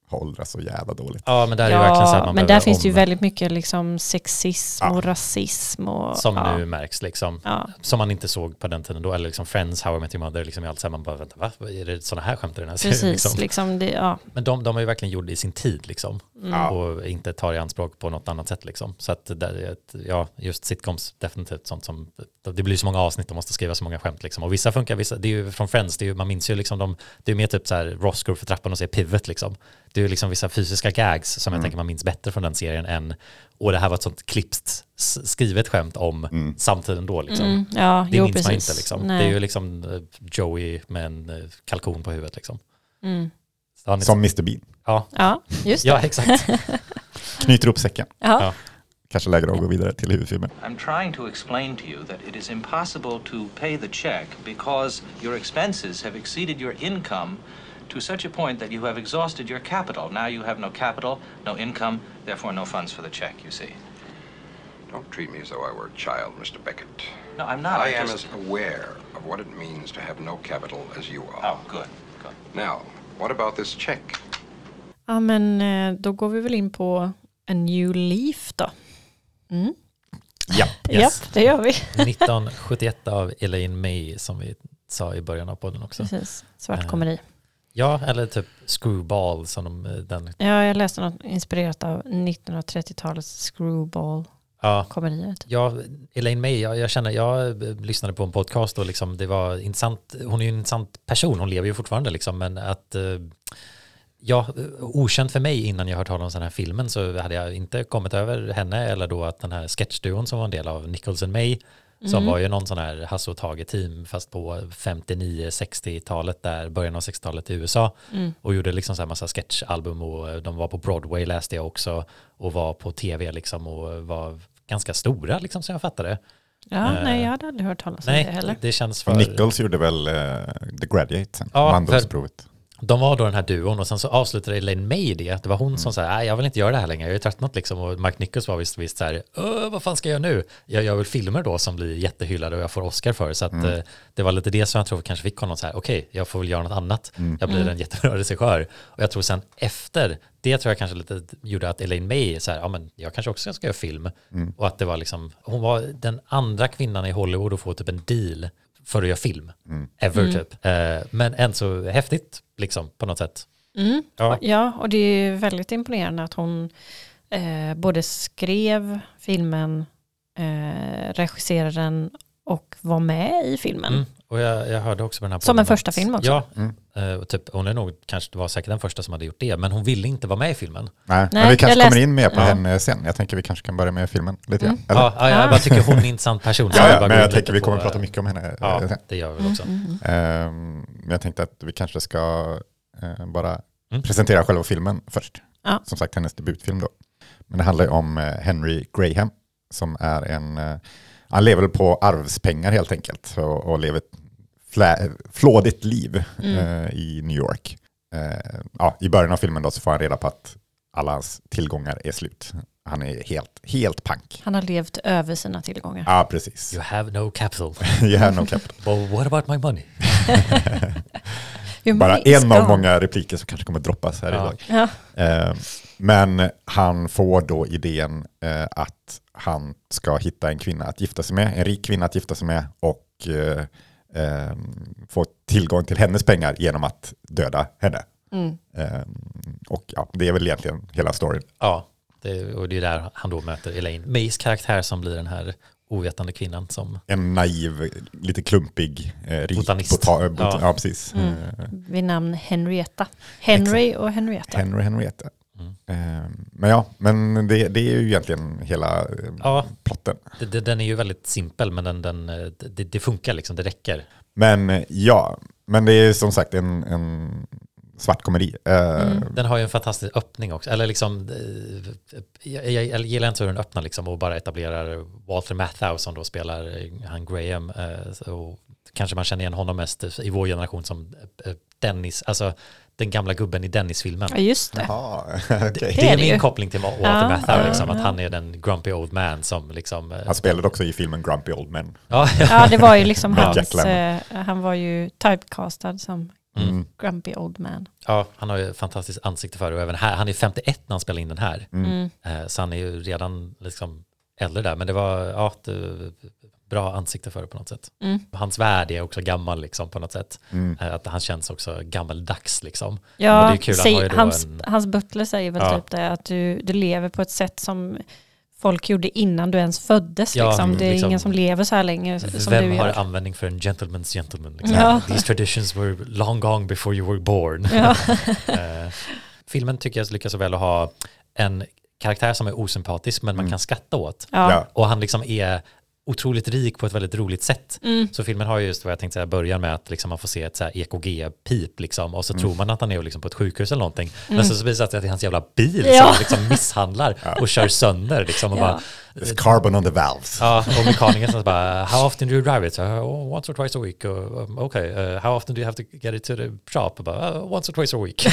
Speaker 3: har åldrats så jävla dåligt.
Speaker 4: Ja, men där är
Speaker 2: ja,
Speaker 4: det verkligen så att man
Speaker 2: men där finns
Speaker 4: om,
Speaker 2: det ju väldigt mycket liksom sexism
Speaker 3: Ja.
Speaker 2: och rasism. Och,
Speaker 4: som
Speaker 2: ja.
Speaker 4: nu märks liksom.
Speaker 2: Ja.
Speaker 4: Som man inte såg på den tiden då. Eller liksom Friends, How I Met Your Mother. Liksom i allt så här, man bara, vänta, va? Är det sådana här skämt i den här serien?
Speaker 2: Precis,
Speaker 4: Liksom?
Speaker 2: liksom det, ja.
Speaker 4: Men de, de är ju verkligen gjorda i sin tid liksom.
Speaker 3: Ja.
Speaker 4: Och inte tar i anspråk på något annat sätt liksom. Så att det är ett, ja, just sitcoms definitivt sånt som, det blir så många avsnitt, de måste skriva så många skämt liksom. Och vissa funkar, vissa, det är ju från Friends, det är ju, man minns ju liksom de, det är ju mer typ så här, Ross går för trappan och säger pivot liksom. Det är ju liksom vissa fysiska gags som jag
Speaker 3: Mm.
Speaker 4: tänker man minns bättre från den serien än, och det här var ett sånt klippt, s- skrivet skämt om
Speaker 3: Mm.
Speaker 4: samtiden då liksom.
Speaker 2: Mm, ja,
Speaker 4: Det
Speaker 2: jo,
Speaker 4: minns
Speaker 2: precis.
Speaker 4: man inte liksom.
Speaker 2: Nej.
Speaker 4: Det är ju liksom eh, Joey med en eh, kalkon på huvudet liksom.
Speaker 2: Mm.
Speaker 4: Så har ni-
Speaker 3: Som mister Bean.
Speaker 4: Ja,
Speaker 2: Ja, just det.
Speaker 4: ja, exakt.
Speaker 3: Knyter upp säcken.
Speaker 2: Ja.
Speaker 4: Ja.
Speaker 3: Kanske lägre att gå vidare till huvudfilmen.
Speaker 5: I'm trying to explain to you that it is impossible to pay the check because your expenses have exceeded your income to such a point that you have exhausted your capital. Now you have no capital, no income, therefore no funds for the check, you see.
Speaker 6: Don't treat me as though I were a child, Mister Beckett.
Speaker 5: No, I'm not.
Speaker 6: I
Speaker 5: I'm
Speaker 6: am
Speaker 5: just...
Speaker 6: as aware of what it means to have no capital as you are.
Speaker 5: Oh, good, good.
Speaker 6: Now, what about this check?
Speaker 2: Ja, men eh, då går vi väl in på A New Leaf då. Mm.
Speaker 3: Ja.
Speaker 4: Yes.
Speaker 2: Japp, det gör vi.
Speaker 4: nittonhundrasjuttioett av Elaine May som vi sa i början av podden också.
Speaker 2: Precis, svart
Speaker 4: Eh.
Speaker 2: komedi.
Speaker 4: Ja, eller typ Screwball som de, den,
Speaker 2: Ja, jag läste något inspirerat av nittonhundratrettiotalets screwball-komedier.
Speaker 4: ja.
Speaker 2: Typ.
Speaker 4: Ja, Elaine May, jag, jag känner, jag lyssnade på en podcast och liksom det var intressant, hon är ju en intressant person, hon lever ju fortfarande liksom, men att eh, ja, okänt för mig innan jag hört talas om den här filmen så hade jag inte kommit över henne eller då att den här sketchduon som var en del av Nichols and May som
Speaker 2: Mm.
Speaker 4: var ju någon sån här Hasse och Tage-team fast på femtionio sextiotalet där, början av sextiotalet i U S A
Speaker 2: Mm.
Speaker 4: och gjorde liksom så här massa sketchalbum och de var på Broadway läste jag också och var på tv liksom och var ganska stora liksom som jag fattade.
Speaker 2: Ja,
Speaker 4: Eh,
Speaker 2: nej, jag hade aldrig hört talas om
Speaker 4: Nej,
Speaker 2: det heller.
Speaker 4: det känns för...
Speaker 3: Nichols gjorde väl uh, The Graduate sen,
Speaker 4: Ja,
Speaker 3: mandomsprovet.
Speaker 4: De var då den här duon och sen så avslutade Elaine May det. Det var hon som sa, nej jag vill inte göra det här längre, jag är tröttnat liksom. Och Mike Nichols var visst, visst så här, vad fan ska jag göra nu? Jag gör väl filmer då som blir jättehyllade och jag får Oscar för. Så att
Speaker 3: Mm.
Speaker 4: eh, det var lite det som jag tror kanske fick honom så här, okej, okay, jag får väl göra något annat.
Speaker 3: Mm.
Speaker 4: Jag blir
Speaker 2: Mm.
Speaker 4: en jättebra regissör. Och jag tror sen efter, det tror jag kanske lite gjorde att Elaine May så här, ja men jag kanske också ska göra film.
Speaker 3: Mm.
Speaker 4: Och att det var liksom, hon var den andra kvinnan i Hollywood att få typ en deal för att göra film.
Speaker 3: Mm.
Speaker 4: Ever
Speaker 2: Mm.
Speaker 4: typ. Eh, men än så häftigt liksom på något sätt.
Speaker 2: Mm.
Speaker 4: Ja.
Speaker 2: Ja, och det är väldigt imponerande att hon eh, både skrev filmen, eh, regisserade den och var med i filmen.
Speaker 4: Mm. Och jag, jag hörde också på den här
Speaker 2: Som
Speaker 4: podden
Speaker 2: en första
Speaker 4: att-
Speaker 2: film också.
Speaker 4: Ja,
Speaker 3: Mm.
Speaker 4: eh, och typ, hon är nog kanske det var säkert den första som hade gjort det, men hon ville inte vara med i filmen.
Speaker 3: Nej,
Speaker 2: Nej,
Speaker 3: men vi kanske
Speaker 2: jag
Speaker 3: kommer
Speaker 2: läste-
Speaker 3: in mer på
Speaker 4: Ja.
Speaker 3: henne sen. Jag tänker vi kanske kan börja med filmen lite grann.
Speaker 2: Mm.
Speaker 3: Eller?
Speaker 4: Ja, ja, jag
Speaker 2: Ah.
Speaker 4: bara tycker hon är en intressant person. så
Speaker 3: Ja,
Speaker 4: jag
Speaker 3: ja,
Speaker 4: bara
Speaker 3: men
Speaker 4: går
Speaker 3: jag
Speaker 4: lite
Speaker 3: tänker vi
Speaker 4: på,
Speaker 3: kommer
Speaker 4: eh,
Speaker 3: prata mycket om henne.
Speaker 4: Ja,
Speaker 3: eh, sen.
Speaker 4: det gör vi väl också.
Speaker 2: Mm, mm,
Speaker 3: Ehm, Men jag tänkte att vi kanske ska eh, bara
Speaker 4: Mm.
Speaker 3: presentera själva filmen först.
Speaker 2: Ja.
Speaker 3: Som sagt, hennes debutfilm då. Men det handlar ju om eh, Henry Graham som är en, eh, han lever väl på arvspengar helt enkelt och, och lever ett flä, flådigt liv
Speaker 2: Mm.
Speaker 3: eh, i New York. Eh, ja, I början av filmen då så får han reda på att alla hans tillgångar är slut. Han är helt, helt pank.
Speaker 2: Han har levt över sina tillgångar.
Speaker 3: Ja, precis.
Speaker 4: You have no capital.
Speaker 3: You have no capital.
Speaker 4: Well, what about my money?
Speaker 2: Your
Speaker 3: Bara
Speaker 2: money is
Speaker 3: en av
Speaker 2: gone.
Speaker 3: många repliker som kanske kommer droppas här
Speaker 4: Ja.
Speaker 3: idag.
Speaker 2: Ja.
Speaker 3: Eh, men han får då idén eh, att han ska hitta en kvinna att gifta sig med, en rik kvinna att gifta sig med och eh, eh, få tillgång till hennes pengar genom att döda henne.
Speaker 2: Mm.
Speaker 3: Eh, och ja, det är väl egentligen hela storyn.
Speaker 4: Ja, det, och det är där han då möter Elaine Mays karaktär som blir den här ovetande kvinnan som...
Speaker 3: En naiv, lite klumpig, eh, rik
Speaker 4: Botanist.
Speaker 3: bota- bot-
Speaker 4: Ja.
Speaker 3: ja. precis.
Speaker 2: Mm.
Speaker 3: Eh,
Speaker 2: Vid namn Henrietta. Henry och Henrietta.
Speaker 3: Henry Henrietta.
Speaker 4: Mm.
Speaker 3: Eh, men ja, men det, det är ju egentligen hela eh,
Speaker 4: Ja.
Speaker 3: plotten.
Speaker 4: Det, det, den är ju väldigt simpel men den, den, det, det funkar liksom, det räcker.
Speaker 3: Men eh, ja, men det är som sagt en, en svart komedi. Eh,
Speaker 2: Mm.
Speaker 4: Den har ju en fantastisk öppning också. Eller liksom, eh, jag, jag, jag gillar inte hur den öppnar liksom och bara etablerar Walter Matthau som då spelar eh, han Graham. Eh, så kanske man känner igen honom mest i vår generation som eh, Dennis, alltså den gamla gubben i Dennis-filmen.
Speaker 2: Ja, just det.
Speaker 3: Jaha,
Speaker 4: Det,
Speaker 3: okej.
Speaker 4: det är
Speaker 2: det
Speaker 4: min
Speaker 2: ju.
Speaker 4: koppling till Walter
Speaker 2: Ja,
Speaker 4: Matthau,
Speaker 2: ja,
Speaker 4: liksom,
Speaker 2: ja.
Speaker 4: att han är den grumpy old man som liksom... eh,
Speaker 3: Han spelade också i filmen Grumpy Old Men.
Speaker 4: ja,
Speaker 2: Ja, det var ju liksom
Speaker 3: Med
Speaker 2: hans,
Speaker 3: Jack Lemmon.
Speaker 2: eh, han var ju typecastad som
Speaker 4: Mm.
Speaker 2: Grumpy old man.
Speaker 4: Ja, han har ju ett fantastiskt ansikte för det. Och även här, han är femtioett när han spelar in den här.
Speaker 2: Mm.
Speaker 4: Eh, så han är ju redan liksom äldre där. Men det var ja, det, bra ansikte för det på något sätt.
Speaker 2: Mm.
Speaker 4: Hans värld är också gammal liksom på något sätt.
Speaker 3: Mm.
Speaker 4: Eh, att han känns också gammaldags liksom.
Speaker 2: Ja,
Speaker 4: och det är kul,
Speaker 2: säg,
Speaker 4: han har ju då
Speaker 2: hans,
Speaker 4: en...
Speaker 2: hans butler säger väl
Speaker 4: Ja.
Speaker 2: typ det, att du, du lever på ett sätt som folk gjorde innan du ens föddes.
Speaker 4: Ja,
Speaker 2: liksom. Det är
Speaker 4: liksom,
Speaker 2: ingen som lever så här länge som
Speaker 4: vem
Speaker 2: du
Speaker 4: har
Speaker 2: gör.
Speaker 4: användning för en gentleman's gentleman? Liksom.
Speaker 2: Ja.
Speaker 4: These traditions were long gone before you were born.
Speaker 2: Ja.
Speaker 4: eh, filmen tycker jag lyckas så väl att ha en karaktär som är osympatisk men man
Speaker 3: Mm.
Speaker 4: kan skratta åt.
Speaker 2: Ja.
Speaker 3: Ja.
Speaker 4: Och han liksom är otroligt rik på ett väldigt roligt sätt.
Speaker 2: Mm.
Speaker 4: Så filmen har ju just vad jag tänkte säga börjar med att liksom man får se ett så här E K G-pip liksom, och så
Speaker 3: Mm.
Speaker 4: tror man att han är liksom på ett sjukhus eller någonting.
Speaker 2: Mm.
Speaker 4: Men så, så visar det sig att det är hans jävla bil
Speaker 2: Ja.
Speaker 4: som han liksom misshandlar och kör sönder. Liksom, och
Speaker 2: Ja.
Speaker 4: bara,
Speaker 3: There's carbon on the valves.
Speaker 4: ja, och mekanikern som bara, how often do you drive it? So, oh, once or twice a week. Uh, um, okay, uh, how often do you have to get it to the shop? Och bara, uh, once or twice a week.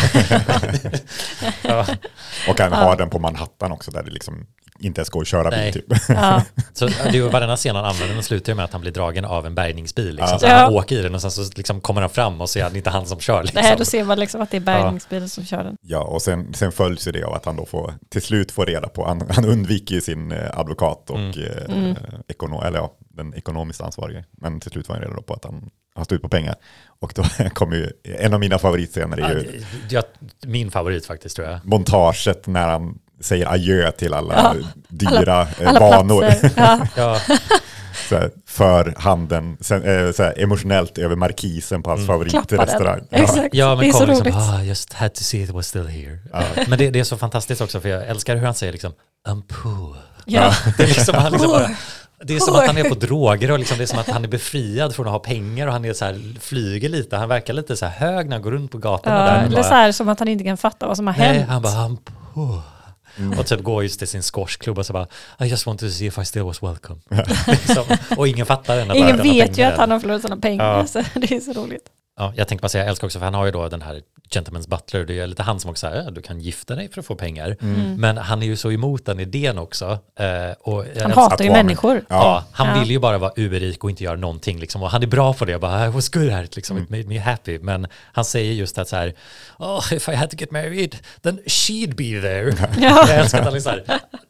Speaker 4: ja.
Speaker 3: Och han har den på Manhattan också där det liksom inte ens går att köra
Speaker 4: Nej.
Speaker 3: bil typ.
Speaker 2: Ja.
Speaker 4: Så det är ju varenda scen han använder, den slutar ju med att han blir dragen av en bärgningsbil. Liksom.
Speaker 3: Ja.
Speaker 4: Så han
Speaker 2: Ja.
Speaker 4: åker i den och sen så liksom kommer han fram och så är det inte han som kör. Liksom.
Speaker 2: Det här, då ser man liksom att det är bärgningsbilen som kör den.
Speaker 3: Ja, och sen, sen följs ju det av att han då får till slut får reda på, han, han undviker ju sin eh, advokat och
Speaker 4: Mm.
Speaker 3: eh,
Speaker 2: Mm.
Speaker 3: ekono, eller ja, den ekonomiskt ansvarige. Men till slut var han reda på att han har slut på pengar. Och då kommer ju, en av mina favoritscener är ju
Speaker 4: Ja, jag, min favorit faktiskt tror jag.
Speaker 3: montaget när han säger adjö till alla
Speaker 2: Ja,
Speaker 3: dyra eh,
Speaker 2: Alla
Speaker 3: vanor.
Speaker 2: platser. Ja.
Speaker 4: Ja,
Speaker 3: så här, för handen, sen, eh, så här, emotionellt över markisen på hans
Speaker 4: Mm.
Speaker 3: favoritrestaurang.
Speaker 2: Klappa den. Exakt.
Speaker 4: ja
Speaker 2: Det
Speaker 4: men
Speaker 2: är så
Speaker 4: kommer liksom,
Speaker 2: roligt.
Speaker 4: ah, just had to see it was still here. Men det, det är så fantastiskt också för jag älskar hur han säger liksom, I'm poor.
Speaker 2: Ja.
Speaker 4: Det är liksom, han liksom bara, det är som
Speaker 2: Poor.
Speaker 4: att han är på droger och liksom det är som att han är befriad från att ha pengar och han är så här, flyger lite, han verkar lite så här hög när han går runt på gatorna
Speaker 2: Ja,
Speaker 4: där.
Speaker 2: eller
Speaker 4: Bara,
Speaker 2: så här som att han inte kan fatta vad som har
Speaker 4: nej,
Speaker 2: hänt.
Speaker 4: han bara, I'm poor. Och typ går just till sin squashklubb och så bara I just want to see if I still was welcome. liksom. Och ingen fattar än att
Speaker 2: Ingen
Speaker 4: han har
Speaker 2: vet ju
Speaker 4: pengar.
Speaker 2: att han har förlorat sina pengar.
Speaker 4: Ja.
Speaker 2: Så det är så roligt.
Speaker 4: Ja, jag tänkte bara säga, jag älskar också för han har ju då den här Gentleman's Butler, det är lite han som också säger, du kan gifta dig för att få pengar.
Speaker 2: Mm.
Speaker 4: Men han är ju så emot den idén också. Eh, och jag
Speaker 2: Han
Speaker 4: älskar-
Speaker 2: hatar ju
Speaker 3: att vara med.
Speaker 2: människor.
Speaker 3: Ja.
Speaker 4: Ja, han
Speaker 2: Ja.
Speaker 4: vill ju bara vara uberrik och inte göra någonting liksom. Och han är bra på det, bara I was good at it liksom, it made me happy. Men han säger just att så här, oh, if I had to get married, then she'd be there.
Speaker 2: Ja.
Speaker 4: Jag älskar att han är så här,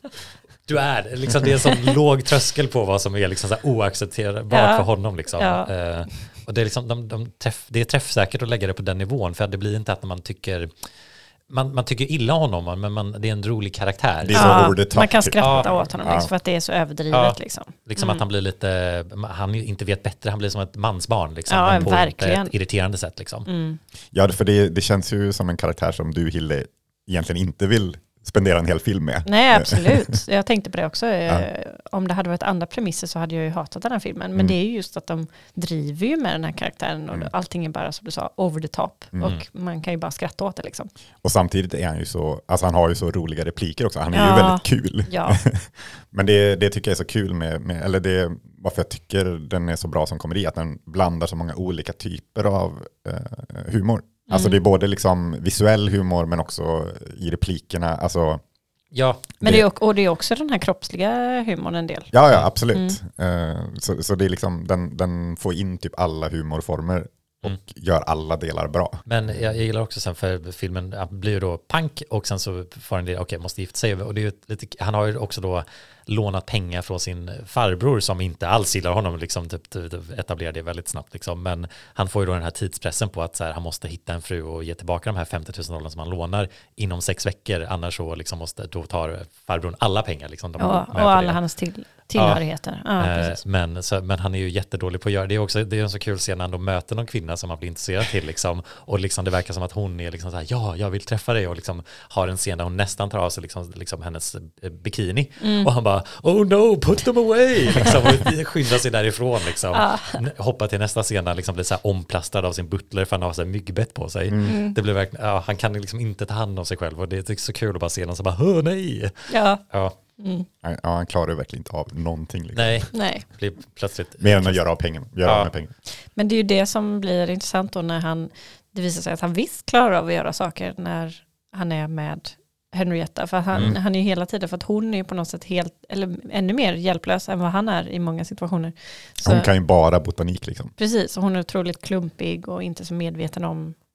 Speaker 4: du är, liksom, det är en sån låg tröskel på vad som är liksom så här oaccepterbart
Speaker 2: Ja.
Speaker 4: för honom. Liksom.
Speaker 2: Ja.
Speaker 4: Eh, och det är, liksom, de, de träff, det är träffsäkert att lägga det på den nivån, för det blir inte att man tycker, man, man tycker illa om honom, men man, det är en rolig karaktär.
Speaker 3: Det är så
Speaker 2: Ja,
Speaker 3: over the top,
Speaker 2: man kan
Speaker 3: typ.
Speaker 2: skratta
Speaker 4: Ja.
Speaker 2: åt honom
Speaker 3: Ja.
Speaker 2: liksom, för att det är så överdrivet.
Speaker 4: Ja.
Speaker 2: Liksom.
Speaker 4: Liksom att han blir lite, han inte vet bättre, han blir som ett mansbarn liksom,
Speaker 2: Ja,
Speaker 4: men på
Speaker 2: verkligen.
Speaker 4: ett irriterande sätt liksom.
Speaker 2: Mm.
Speaker 3: Ja, för det, det känns ju som en karaktär som du, Hille, egentligen inte vill spendera en hel film med.
Speaker 2: Nej, absolut. Jag tänkte på det också.
Speaker 3: Ja.
Speaker 2: Eh, Om det hade varit andra premisser så hade jag ju hatat den här filmen. Men
Speaker 3: Mm.
Speaker 2: det är ju just att de driver ju med den här karaktären och
Speaker 3: Mm.
Speaker 2: allting är bara, som du sa, over the top.
Speaker 3: Mm.
Speaker 2: Och man kan ju bara skratta åt det liksom.
Speaker 3: Och samtidigt är han ju så, alltså han har ju så roliga repliker också. Han är
Speaker 2: Ja.
Speaker 3: ju väldigt kul.
Speaker 2: Ja,
Speaker 3: Men det, det tycker jag är så kul med, med, eller det varför jag tycker den är så bra som komedi, att den blandar så många olika typer av eh, humor. Alltså
Speaker 2: Mm.
Speaker 3: det är både liksom visuell humor men också i replikerna. Alltså,
Speaker 4: Ja,
Speaker 2: men
Speaker 3: Det-
Speaker 2: det är, och- och det är också den här kroppsliga humorn en del.
Speaker 3: ja, ja, absolut.
Speaker 2: Mm.
Speaker 3: Eh, så, så det är liksom, den, den får in typ alla humorformer och
Speaker 4: Mm.
Speaker 3: gör alla delar bra.
Speaker 4: men jag, jag gillar också sen för filmen ja, blir ju då punk och sen så får han det, okej, måste gifta sig. Och det är ju ett lite, han har ju också då lånat pengar från sin farbror som inte alls gillar honom, liksom, typ, typ, typ, etablerar det väldigt snabbt. Liksom. Men han får ju då den här tidspressen på att så här, han måste hitta en fru och ge tillbaka de här femtio tusen dollar som han lånar inom sex veckor. Annars så liksom måste, då tar farbrorn alla pengar. Liksom, de
Speaker 2: Ja,
Speaker 4: är med på
Speaker 2: och alla
Speaker 4: det.
Speaker 2: hans till, tillhörigheter. Ja,
Speaker 4: Eh,
Speaker 2: precis.
Speaker 4: men, så, men han är ju jättedålig på att göra det. Är också, det är en så kul scen när han då möter någon kvinna som han blir intresserad till. Liksom, och liksom, det verkar som att hon är liksom så här, ja, jag vill träffa dig. Och liksom har en scen där hon nästan tar av sig liksom, liksom hennes eh, bikini.
Speaker 2: Mm.
Speaker 4: Och han bara, oh no, put them away. Liksom, och skyndar sig därifrån. Liksom.
Speaker 2: Ja.
Speaker 4: N- Hoppar till nästa scen där han liksom blir så här omplastad av sin butler för han har så här myggbett på sig.
Speaker 2: Mm.
Speaker 4: Det blir verkligen, ja, han kan liksom inte ta hand om sig själv. Och det är så kul att bara se honom så bara, åh nej.
Speaker 2: Ja,
Speaker 4: Ja,
Speaker 2: mm.
Speaker 3: Ja, han klarar ju verkligen inte av någonting. Liksom.
Speaker 4: nej,
Speaker 2: nej.
Speaker 4: blir plötsligt.
Speaker 3: Mer än att göra av pengar. Göra
Speaker 4: Ja.
Speaker 3: av med pengar.
Speaker 2: Men det är ju det som blir intressant då när han, det visar sig att han visst klarar av att göra saker när han är med Henrietta. För han,
Speaker 3: Mm.
Speaker 2: han är ju hela tiden, för att hon är ju på något sätt helt, eller ännu mer hjälplös än vad han är i många situationer. Så,
Speaker 3: Hon kan ju bara botanik liksom.
Speaker 2: Precis, och hon är otroligt klumpig och inte så medveten om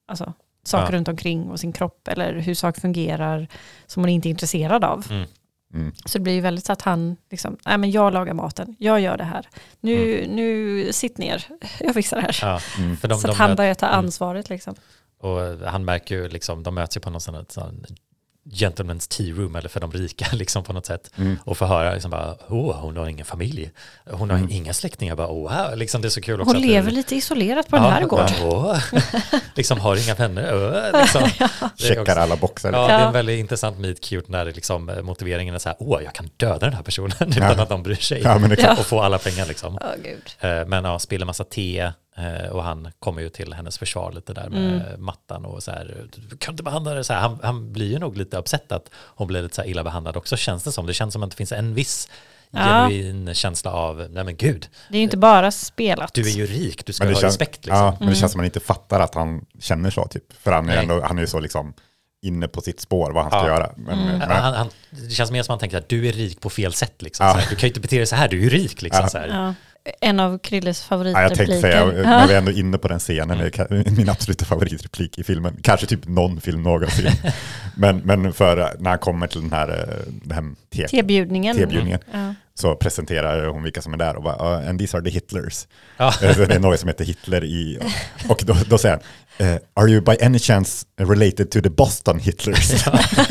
Speaker 2: alltså, saker
Speaker 4: Ja.
Speaker 2: runt omkring och sin kropp eller hur saker fungerar som hon inte är intresserad av.
Speaker 4: Mm.
Speaker 3: Mm.
Speaker 2: Så det blir ju väldigt så att han liksom, nej men jag lagar maten, jag gör det här. Nu,
Speaker 4: Mm.
Speaker 2: nu sitt ner, jag fixar det här.
Speaker 4: Ja,
Speaker 3: Mm.
Speaker 4: för de,
Speaker 2: så
Speaker 4: de
Speaker 2: att han
Speaker 4: möt-
Speaker 2: börjar ta
Speaker 4: mm.
Speaker 2: ansvaret liksom.
Speaker 4: Och han märker ju liksom, de möts ju på någon sån här sån gentleman's tea room eller för de rika liksom på något sätt.
Speaker 3: Mm.
Speaker 4: Och får höra liksom bara, åh, hon har ingen familj. Hon har
Speaker 3: Mm.
Speaker 4: inga släktingar. Bara, åh, wow. Liksom det är så kul också.
Speaker 2: Hon
Speaker 4: att
Speaker 2: lever
Speaker 4: det,
Speaker 2: lite isolerat på den här gården.
Speaker 4: Åh, liksom har inga vänner. Åh, liksom. Det är
Speaker 3: Checkar
Speaker 4: också-
Speaker 3: alla boxar.
Speaker 4: Ja, det är
Speaker 2: Ja.
Speaker 4: en väldigt intressant meet cute när det liksom, eh, motiveringen är så här, åh, jag kan döda den här personen utan
Speaker 3: Ja.
Speaker 4: att de bryr sig.
Speaker 3: Ja, men exakt.
Speaker 4: Och få alla pengar liksom.
Speaker 2: Åh gud.
Speaker 4: Eh, Men ja, spiller massa te eh, och han kommer ju till hennes försvar lite där med
Speaker 2: Mm.
Speaker 4: mattan och så här, du kan inte behandla det så här. Han, han blir ju nog lite uppsett att hon blir lite så här illa behandlad också, känns det som. Det känns som att det finns en viss
Speaker 2: Ja.
Speaker 4: genuin känsla av, nej men gud,
Speaker 2: Det är ju inte bara spelat.
Speaker 4: du är ju rik, du ska
Speaker 3: Men det
Speaker 4: ha
Speaker 3: känns,
Speaker 4: respekt liksom.
Speaker 3: ja, men det
Speaker 2: Mm.
Speaker 3: känns som att man inte fattar att han känner så typ. För han är,
Speaker 4: Nej.
Speaker 3: ändå, han är ju så liksom inne på sitt spår vad han ska
Speaker 4: Ja.
Speaker 3: göra. Men,
Speaker 2: Mm.
Speaker 3: men,
Speaker 4: Han, han, det känns mer som att man tänker att du är rik på fel sätt liksom.
Speaker 3: Ja.
Speaker 4: Så här, du kan ju inte bete dig så här, du är ju rik liksom.
Speaker 3: Ja.
Speaker 4: Så här.
Speaker 2: Ja. En av Krilles
Speaker 3: ja, jag tänkte
Speaker 2: favoritrepliker.
Speaker 3: säga, när
Speaker 2: Ja.
Speaker 3: vi är ändå inne på den scenen,
Speaker 4: Mm.
Speaker 3: det är min absoluta favoritreplik i filmen. Kanske typ någon film någonsin. men, men för när han kommer till den här, eh, den här te,
Speaker 2: Tebjudningen.
Speaker 3: tebjudningen
Speaker 2: Ja.
Speaker 3: så presenterar hon vilka som är där och bara, uh, and these are the Hitlers.
Speaker 4: Ja.
Speaker 3: Eh, så det är någon som heter Hitler i, och då, då säger han, eh, are you by any chance related to the Boston Hitlers?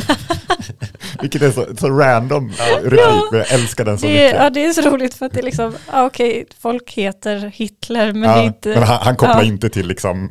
Speaker 3: Vilket är så, så random replik, men jag älskar den så
Speaker 2: Det,
Speaker 3: mycket.
Speaker 2: är, ja, det är så roligt för att det är liksom, ja, okej, folk heter Hitler, men
Speaker 3: Ja,
Speaker 2: det är inte...
Speaker 3: men han, han kopplar
Speaker 2: ja.
Speaker 3: inte till liksom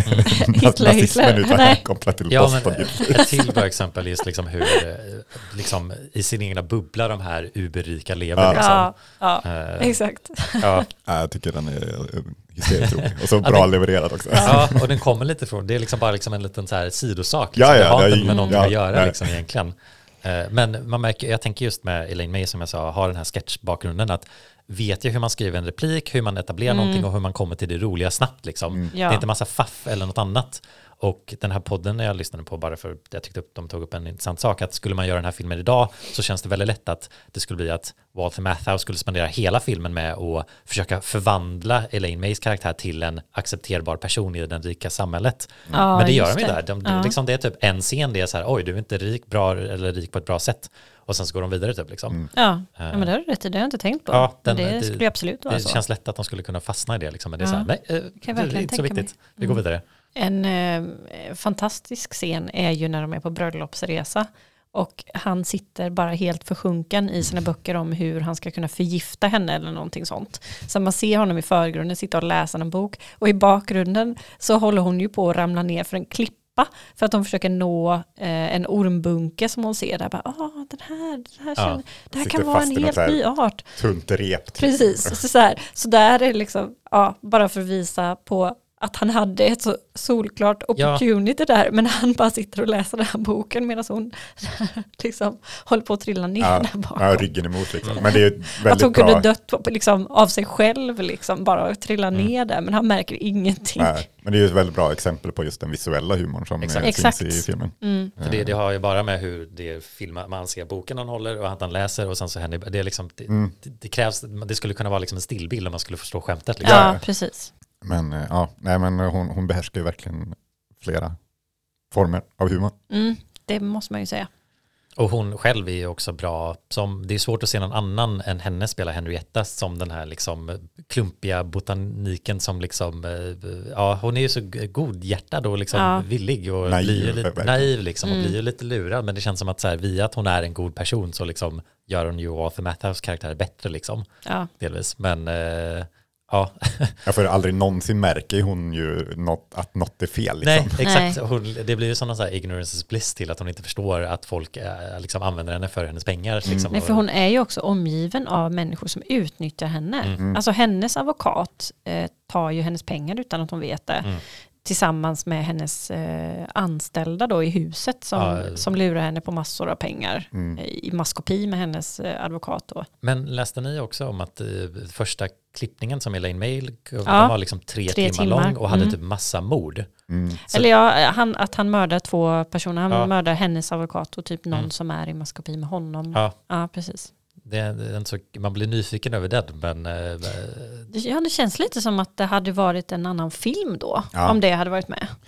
Speaker 2: Hitler,
Speaker 3: nazismen
Speaker 2: Hitler.
Speaker 3: utan
Speaker 2: Nej.
Speaker 3: han kopplar till
Speaker 4: Ja,
Speaker 3: Boston
Speaker 4: men
Speaker 3: Hitler.
Speaker 4: ett till bra exempel är just liksom hur eh, liksom, i sin egna bubbla de här uberrika lever.
Speaker 3: Ja.
Speaker 4: Liksom.
Speaker 2: Ja, ja,
Speaker 4: Eh,
Speaker 2: exakt.
Speaker 4: ja.
Speaker 3: Ja, jag tycker den är eh, hysteriskt rolig. Och så
Speaker 4: Ja,
Speaker 3: bra
Speaker 4: den-
Speaker 3: levererad också.
Speaker 4: Ja, och den kommer lite från, det är liksom bara liksom en liten så här sidosak. Liksom.
Speaker 3: Ja, ja,
Speaker 4: det har
Speaker 3: det är
Speaker 4: inte
Speaker 3: ju-
Speaker 4: med någonting
Speaker 3: ja,
Speaker 4: att göra
Speaker 3: nej.
Speaker 4: liksom, egentligen. Eh, Men man märker, jag tänker just med Elaine May som jag sa, har den här sketchbakgrunden att vet jag hur man skriver en replik, hur man etablerar
Speaker 2: Mm.
Speaker 4: någonting och hur man kommer till det roliga snabbt liksom.
Speaker 3: Mm.
Speaker 2: Ja.
Speaker 4: Det är inte massa faff eller något annat. Och den här podden jag lyssnade på bara för jag tyckte upp, de tog upp en intressant sak, att skulle man göra den här filmen idag så känns det väldigt lätt att det skulle bli att Walter Matthau skulle spendera hela filmen med att försöka förvandla Elaine Mays karaktär till en accepterbar person i det rika sammanlet.
Speaker 2: Ja,
Speaker 4: Men det gör
Speaker 2: just
Speaker 4: de ju
Speaker 2: det.
Speaker 4: där. De,
Speaker 2: Ja.
Speaker 4: liksom, det är typ en scen, det är så här, oj du är inte rik, bra eller rik på ett bra sätt. Och sen så går de vidare typ liksom.
Speaker 3: Mm.
Speaker 2: Ja, ja men det har du rätt i, det har jag inte tänkt på.
Speaker 4: Ja,
Speaker 2: men
Speaker 4: den-
Speaker 2: det,
Speaker 4: det-
Speaker 2: skulle ju absolut vara
Speaker 4: Det
Speaker 2: så.
Speaker 4: känns lätt att de skulle kunna fastna i det liksom. Men det är
Speaker 2: Ja.
Speaker 4: så här, nej, eh, det
Speaker 2: jag
Speaker 4: är
Speaker 2: verkligen
Speaker 4: inte så
Speaker 2: tänka
Speaker 4: viktigt.
Speaker 2: mig.
Speaker 4: Vi går
Speaker 2: Mm.
Speaker 4: vidare.
Speaker 2: En eh, fantastisk scen är ju när de är på bröllopsresa och han sitter bara helt försjunken i sina böcker om hur han ska kunna förgifta henne eller någonting sånt. Så man ser honom i förgrunden sitta och läsa en bok och i bakgrunden så håller hon ju på att ramla ner för en klippa för att de försöker nå eh, en ormbunke som hon ser där. Bara, ah, den här, den här,
Speaker 4: Ja.
Speaker 2: känner, det här
Speaker 3: Sitter
Speaker 2: kan vara
Speaker 3: fast
Speaker 2: en
Speaker 3: i något
Speaker 2: helt
Speaker 3: så här-
Speaker 2: ny art.
Speaker 3: Tunt rep. typ.
Speaker 2: Precis, så, så, här, så där är det liksom, ja, bara för att visa på att han hade ett så solklart opportunity där, men han bara sitter och läser den här boken medan hon liksom håller på att trilla ner
Speaker 3: Ja,
Speaker 2: där bakom.
Speaker 3: ja, ryggen emot liksom. Men det är ju
Speaker 2: Att
Speaker 3: väldigt
Speaker 2: hon kunde
Speaker 3: bra.
Speaker 2: dött på, liksom, av sig själv, liksom, bara trilla
Speaker 4: Mm.
Speaker 2: ner där, men han märker ingenting.
Speaker 3: Nej, men det är ju ett väldigt bra exempel på just den visuella humorn som
Speaker 4: Exakt.
Speaker 3: eh,
Speaker 2: Exakt.
Speaker 3: finns i filmen.
Speaker 2: Mm.
Speaker 4: För det, det har ju bara med hur det filmar, man ser boken han håller och att han läser och sen så händer det är liksom, det,
Speaker 3: Mm.
Speaker 4: det, det krävs, det skulle kunna vara liksom en stillbild om man skulle förstå skämtet. Liksom.
Speaker 2: Ja,
Speaker 3: Ja.
Speaker 2: precis.
Speaker 3: Men eh, ja, nej, men hon, hon behärskar ju verkligen flera former av humor.
Speaker 2: Mm, det måste man ju säga.
Speaker 4: Och hon själv är ju också bra, som, det är svårt att se någon annan än henne spela Henrietta som den här liksom klumpiga botaniken som liksom, eh, ja hon är ju så godhjärtad och liksom
Speaker 2: Ja.
Speaker 4: villig och
Speaker 3: Naiv,
Speaker 4: blir ju lite
Speaker 3: verkligen.
Speaker 4: naiv liksom och
Speaker 2: Mm.
Speaker 4: blir ju lite lurad, men det känns som att så här, via att hon är en god person så liksom gör hon ju Arthur Mathaus karaktär bättre liksom,
Speaker 2: Ja.
Speaker 4: delvis, men eh, ja.
Speaker 3: Jag får aldrig någonsin märker hon ju något, att något är fel. Liksom.
Speaker 4: Nej, exakt.
Speaker 2: Nej.
Speaker 4: Hon, det blir ju sån så här ignorance is bliss till att hon inte förstår att folk eh, liksom använder henne för hennes pengar. Liksom,
Speaker 2: Nej, för hon är ju också omgiven av människor som utnyttjar henne.
Speaker 4: Mm.
Speaker 2: Alltså hennes advokat eh, tar ju hennes pengar utan att hon vet det.
Speaker 4: Mm.
Speaker 2: Tillsammans med hennes eh, anställda då i huset som,
Speaker 4: Ja.
Speaker 2: som lurar henne på massor av pengar.
Speaker 3: Mm.
Speaker 2: Eh, I maskopi med hennes eh, advokat då.
Speaker 4: Men läste ni också om att eh, första klippningen som Elaine May
Speaker 2: Ja,
Speaker 4: den var liksom tre,
Speaker 2: tre
Speaker 4: timmar,
Speaker 2: timmar.
Speaker 4: lång och hade
Speaker 2: Mm.
Speaker 4: typ massa mord.
Speaker 3: Mm.
Speaker 4: Så-
Speaker 2: Eller ja, han, att han mördar två personer. Han
Speaker 4: Ja.
Speaker 2: mördar hennes advokat och typ någon
Speaker 4: Mm.
Speaker 2: som är i maskopi med honom. Ja,
Speaker 4: Ja,
Speaker 2: precis.
Speaker 4: det är, det är en så, man blir nyfiken över det, men eh,
Speaker 2: Det, ja, det känns lite som att det hade varit en annan film då.
Speaker 3: Ja.
Speaker 2: Om det hade varit med.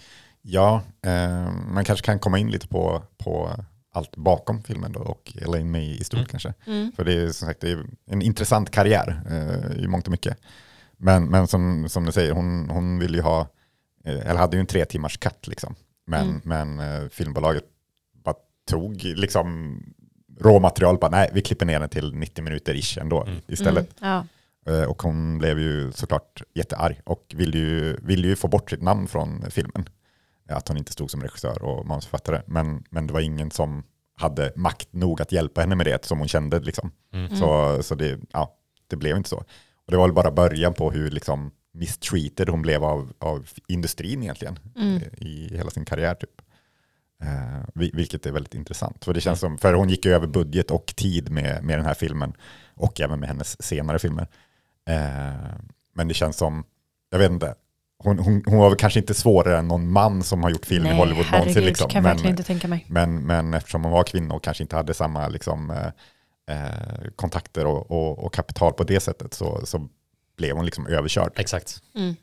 Speaker 3: Ja, eh, man kanske kan komma in lite på, på allt bakom filmen då, och Elaine May i stort mm. kanske. Mm. För det är som sagt det är en intressant karriär eh, i mångt och mycket. Men, men som, som du säger, hon, hon vill ju ha, eh, eller hade ju en tre timmars cut liksom. Men, mm. men eh, filmbolaget bara tog liksom råmaterial, bara nej, vi klipper ner den till nittio minuter ish ändå mm. istället.
Speaker 2: Mm. Ja.
Speaker 3: Eh, och hon blev ju såklart jättearg och ville ju, ville ju få bort sitt namn från filmen. Att hon inte stod som regissör och manusförfattare. Men, men det var ingen som hade makt nog att hjälpa henne med det som hon kände. Liksom. Mm. Så, så det, ja, det blev inte så. Och det var väl bara början på hur liksom, mistreated hon blev av, av industrin egentligen. Mm. I, I hela sin karriär typ. Eh, vilket är väldigt intressant. För, det känns som, för hon gick över budget och tid med, med den här filmen. Och även med hennes senare filmer. Eh, men det känns som, jag vet inte. Hon, hon, hon var väl kanske inte svårare än någon man som har gjort film Nej, i Hollywood någonsin. Liksom.
Speaker 2: Kan
Speaker 3: men,
Speaker 2: verkligen inte tänka mig.
Speaker 3: Men, men eftersom hon var kvinna och kanske inte hade samma liksom, eh, kontakter och, och, och kapital på det sättet så, så blev hon liksom överkörd.
Speaker 4: Exakt.
Speaker 2: Mm.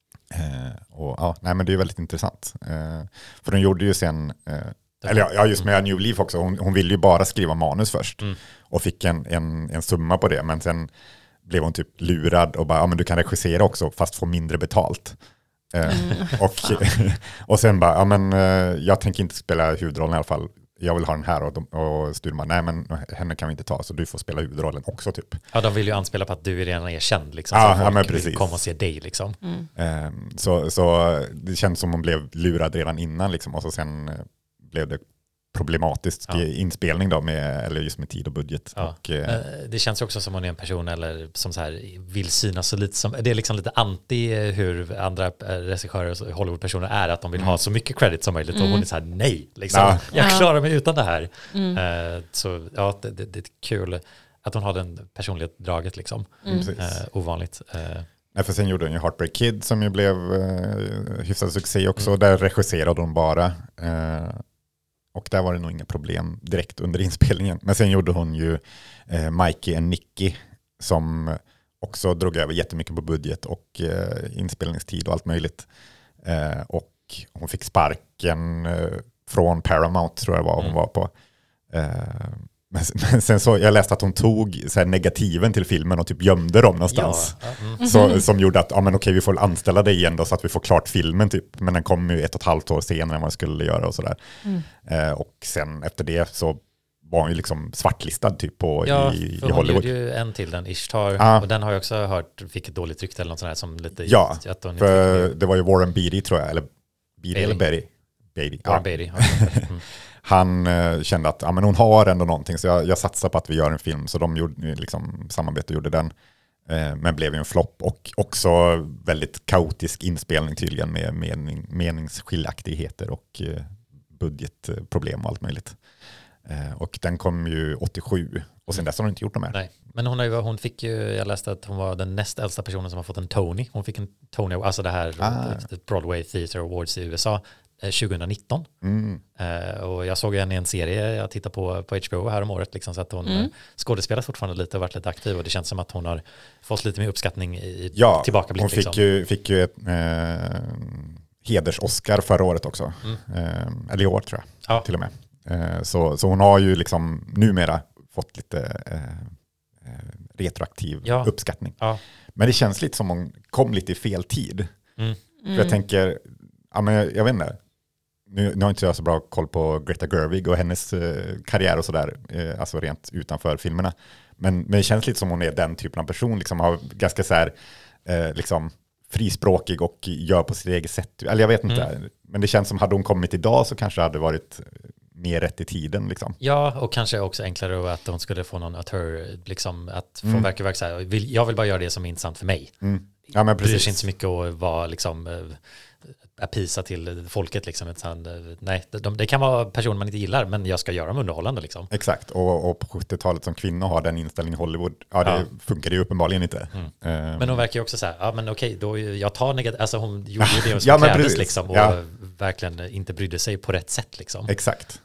Speaker 3: Eh, och, ja, nej, men det är väldigt intressant. Eh, för hon gjorde ju sen, eh, eller ja, just med New Leaf också, hon, hon ville ju bara skriva manus först. Mm. Och fick en, en, en summa på det, men sen blev hon typ lurad och bara, ja men du kan regissera också fast få mindre betalt. Mm. och, och sen bara, ja men jag tänker inte spela huvudrollen i alla fall. Jag vill ha den här och, de, och studion bara, nej men henne kan vi inte ta så du får spela huvudrollen också typ.
Speaker 4: Ja, de vill ju anspela på att du redan är känd liksom.
Speaker 3: Ja,
Speaker 4: så
Speaker 3: ja men
Speaker 4: folk
Speaker 3: precis.
Speaker 4: Vill komma och se dig liksom.
Speaker 2: Mm.
Speaker 3: Um, så, så det känns som hon blev lurad redan innan liksom och så sen uh, blev det problematisk ja. inspelning då med, eller just med tid och budget.
Speaker 4: Ja.
Speaker 3: Och, eh,
Speaker 4: det känns också som hon är en person eller som så här vill synas så lite som, det är liksom lite anti hur andra regissörer och Hollywoodpersoner är, att de vill mm. ha så mycket credit som möjligt mm. och hon är så här nej, liksom. Ja. jag klarar mig utan det här. Mm. Uh, så ja, det, det, det är kul att hon har den personliga draget liksom. Mm. Uh, ovanligt. Uh,
Speaker 3: Nej, för sen gjorde hon ju Heartbreak Kid som ju blev uh, hyfsad succé också. Mm. Där regisserade hon bara uh, och där var det nog inga problem direkt under inspelningen. Men sen gjorde hon ju eh, Mikey and Nicky som också drog över jättemycket på budget och eh, inspelningstid och allt möjligt. Eh, och hon fick sparken eh, från Paramount tror jag var hon mm. var på. Eh, men, men sen så, jag läste att hon tog så här, negativen till filmen och typ gömde dem någonstans. Ja. Mm. Så, som gjorde att, ja men okej vi får anställa dig igen då så att vi får klart filmen typ. Men den kom ju ett och ett halvt år senare än vad man skulle göra och sådär. Mm. Eh, och sen efter det så var hon ju liksom svartlistad typ på
Speaker 4: ja,
Speaker 3: i, i
Speaker 4: hon
Speaker 3: Hollywood.
Speaker 4: Ja, ju en till den, Ishtar.
Speaker 3: Ah.
Speaker 4: Och den har jag också hört fick ett dåligt rykte eller något sånt här som lite...
Speaker 3: Ja,
Speaker 4: att hon
Speaker 3: för det var ju Warren Beatty tror jag, eller Beatty eller Betty. Beatty.
Speaker 4: Warren
Speaker 3: ja.
Speaker 4: Beatty. Mm.
Speaker 3: Han eh, kände att ja, men hon har ändå någonting så jag, jag satsar på att vi gör en film. Så de gjorde liksom samarbete och gjorde den. Eh, men blev ju en flopp och också väldigt kaotisk inspelning tydligen med mening, meningsskiljaktigheter och eh, budgetproblem och allt möjligt. Eh, och den kom ju åttiosju och sen dess har hon inte gjort något mer.
Speaker 4: Nej, men hon, har ju, hon fick ju, jag läste att hon var den näst äldsta personen som har fått en Tony. Hon fick en Tony, alltså det här ah. Broadway Theatre Awards i U S A. tjugonitton. Mm. Uh, och jag såg henne i en serie jag tittade på på H B O här om året liksom, så att hon mm. skådespelar fortfarande lite och varit lite aktiv och det känns som att hon har fått lite mer uppskattning i
Speaker 3: ja,
Speaker 4: tillbakablick.
Speaker 3: Hon fick
Speaker 4: liksom.
Speaker 3: ju, fick ju ett eh, heders-Oscar förra året också. Mm. Eh, eller i år tror jag ja. till och med. Eh, så, så hon har ju liksom numera fått lite eh, retroaktiv ja. uppskattning. Ja. Men det känns lite som hon kom lite i fel tid. Mm. För jag tänker, ja, men jag, jag vet inte, Nu, nu har inte jag så bra koll på Greta Gerwig och hennes eh, karriär och sådär, eh, alltså rent utanför filmerna. Men, men det känns lite som hon är den typen av person, liksom har ganska så här, eh, liksom frispråkig och gör på sitt eget sätt. Eller jag vet inte, mm. men det känns som hade hon kommit idag så kanske det hade varit mer rätt i tiden. Liksom.
Speaker 4: Ja, och kanske också enklare att hon skulle få någon auteur, liksom att få
Speaker 3: Mm.
Speaker 4: verka verka så här, vill, jag vill bara göra det som är intressant för mig.
Speaker 3: Mm. Ja, men
Speaker 4: bryr
Speaker 3: precis.
Speaker 4: sig inte så mycket att vara liksom eh, apisa till folket liksom. Utan, nej, de, det kan vara personer man inte gillar, men jag ska göra dem underhållande liksom.
Speaker 3: Exakt, och, och på sjuttiotalet som kvinnor har den inställningen i Hollywood, ja det ja. funkar det ju uppenbarligen inte.
Speaker 4: Mm.
Speaker 3: Um.
Speaker 4: Men hon verkar ju också så här, ja men okej, då jag tar negativt, alltså hon gjorde ju det som
Speaker 3: ja,
Speaker 4: krävdes liksom och
Speaker 3: ja.
Speaker 4: verkligen inte brydde sig på rätt sätt liksom.
Speaker 3: Exakt.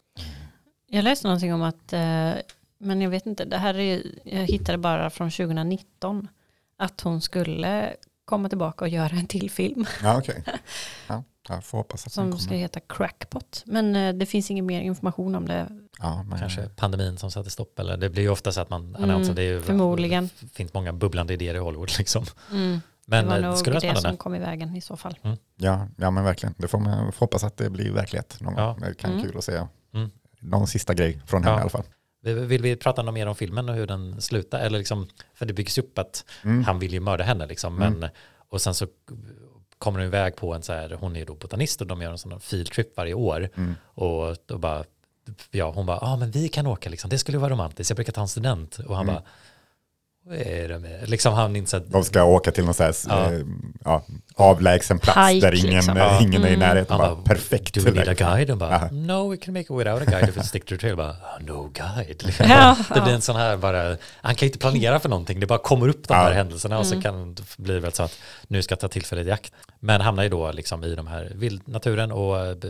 Speaker 2: Jag läste någonting om att, eh, men jag vet inte, det här är, jag hittade bara från tjugonitton, att hon skulle komma tillbaka och göra en till film.
Speaker 3: Ja, okej. Okay. Ja. Jag får hoppas att
Speaker 2: som
Speaker 3: den
Speaker 2: ska
Speaker 3: kommer.
Speaker 2: heta Crackpot. Men eh, det finns ingen mer information om det.
Speaker 3: Ja, men,
Speaker 4: Kanske pandemin som satte stopp. Eller det blir ju ofta så att man
Speaker 2: Mm,
Speaker 4: annonserar. Det är ju,
Speaker 2: förmodligen.
Speaker 4: Det finns många bubblande idéer i Hollywood liksom.
Speaker 2: Mm.
Speaker 4: Men
Speaker 2: det var
Speaker 4: eh,
Speaker 2: nog
Speaker 4: skulle
Speaker 2: det,
Speaker 4: det vara
Speaker 2: som
Speaker 4: spännande.
Speaker 2: kom i vägen i så fall.
Speaker 3: ja, ja, men verkligen. Det får man får hoppas att det blir verklighet någon
Speaker 4: Ja.
Speaker 3: gång. Det kan
Speaker 2: Mm.
Speaker 3: kul att se
Speaker 4: Mm.
Speaker 3: någon sista grej från henne
Speaker 4: Ja.
Speaker 3: i alla fall.
Speaker 4: Vill, vill vi prata något mer om filmen och hur den slutar? Eller liksom, för det byggs upp att
Speaker 3: Mm.
Speaker 4: han vill ju mörda henne liksom.
Speaker 3: Mm.
Speaker 4: Men, och sen så kommer de iväg på en så här, hon är då botanist och de gör en sån här field trip varje år.
Speaker 3: Mm.
Speaker 4: Och då bara, ja hon bara, ja ah, men vi kan åka liksom, det skulle vara romantiskt, jag brukar ta en student. Och han
Speaker 3: Mm.
Speaker 4: bara, vad är det med? Liksom han inte så att,
Speaker 3: De ska åka till någon så här,
Speaker 4: Ja.
Speaker 3: eh, ja, avlägsen plats
Speaker 2: Hike,
Speaker 3: där ingen,
Speaker 2: liksom.
Speaker 3: eh, ingen är i
Speaker 2: Mm.
Speaker 3: närheten.
Speaker 4: han
Speaker 3: Bara,
Speaker 4: bara,
Speaker 3: perfekt.
Speaker 4: do we need a
Speaker 3: läge.
Speaker 4: guide? Och bara,
Speaker 3: Ja.
Speaker 4: no we can make it without a guide if we stick to the trail. Bara, oh, no guide. Liksom.
Speaker 2: Ja,
Speaker 4: Det blir
Speaker 2: ja.
Speaker 4: en sån här bara, han kan ju inte planera för någonting, det bara kommer upp de
Speaker 3: Ja.
Speaker 4: här händelserna och så
Speaker 2: Mm.
Speaker 4: kan det bli väl så att nu ska jag ta tillfället i akt. Men hamnar ju då liksom i de här vildnaturen och eh,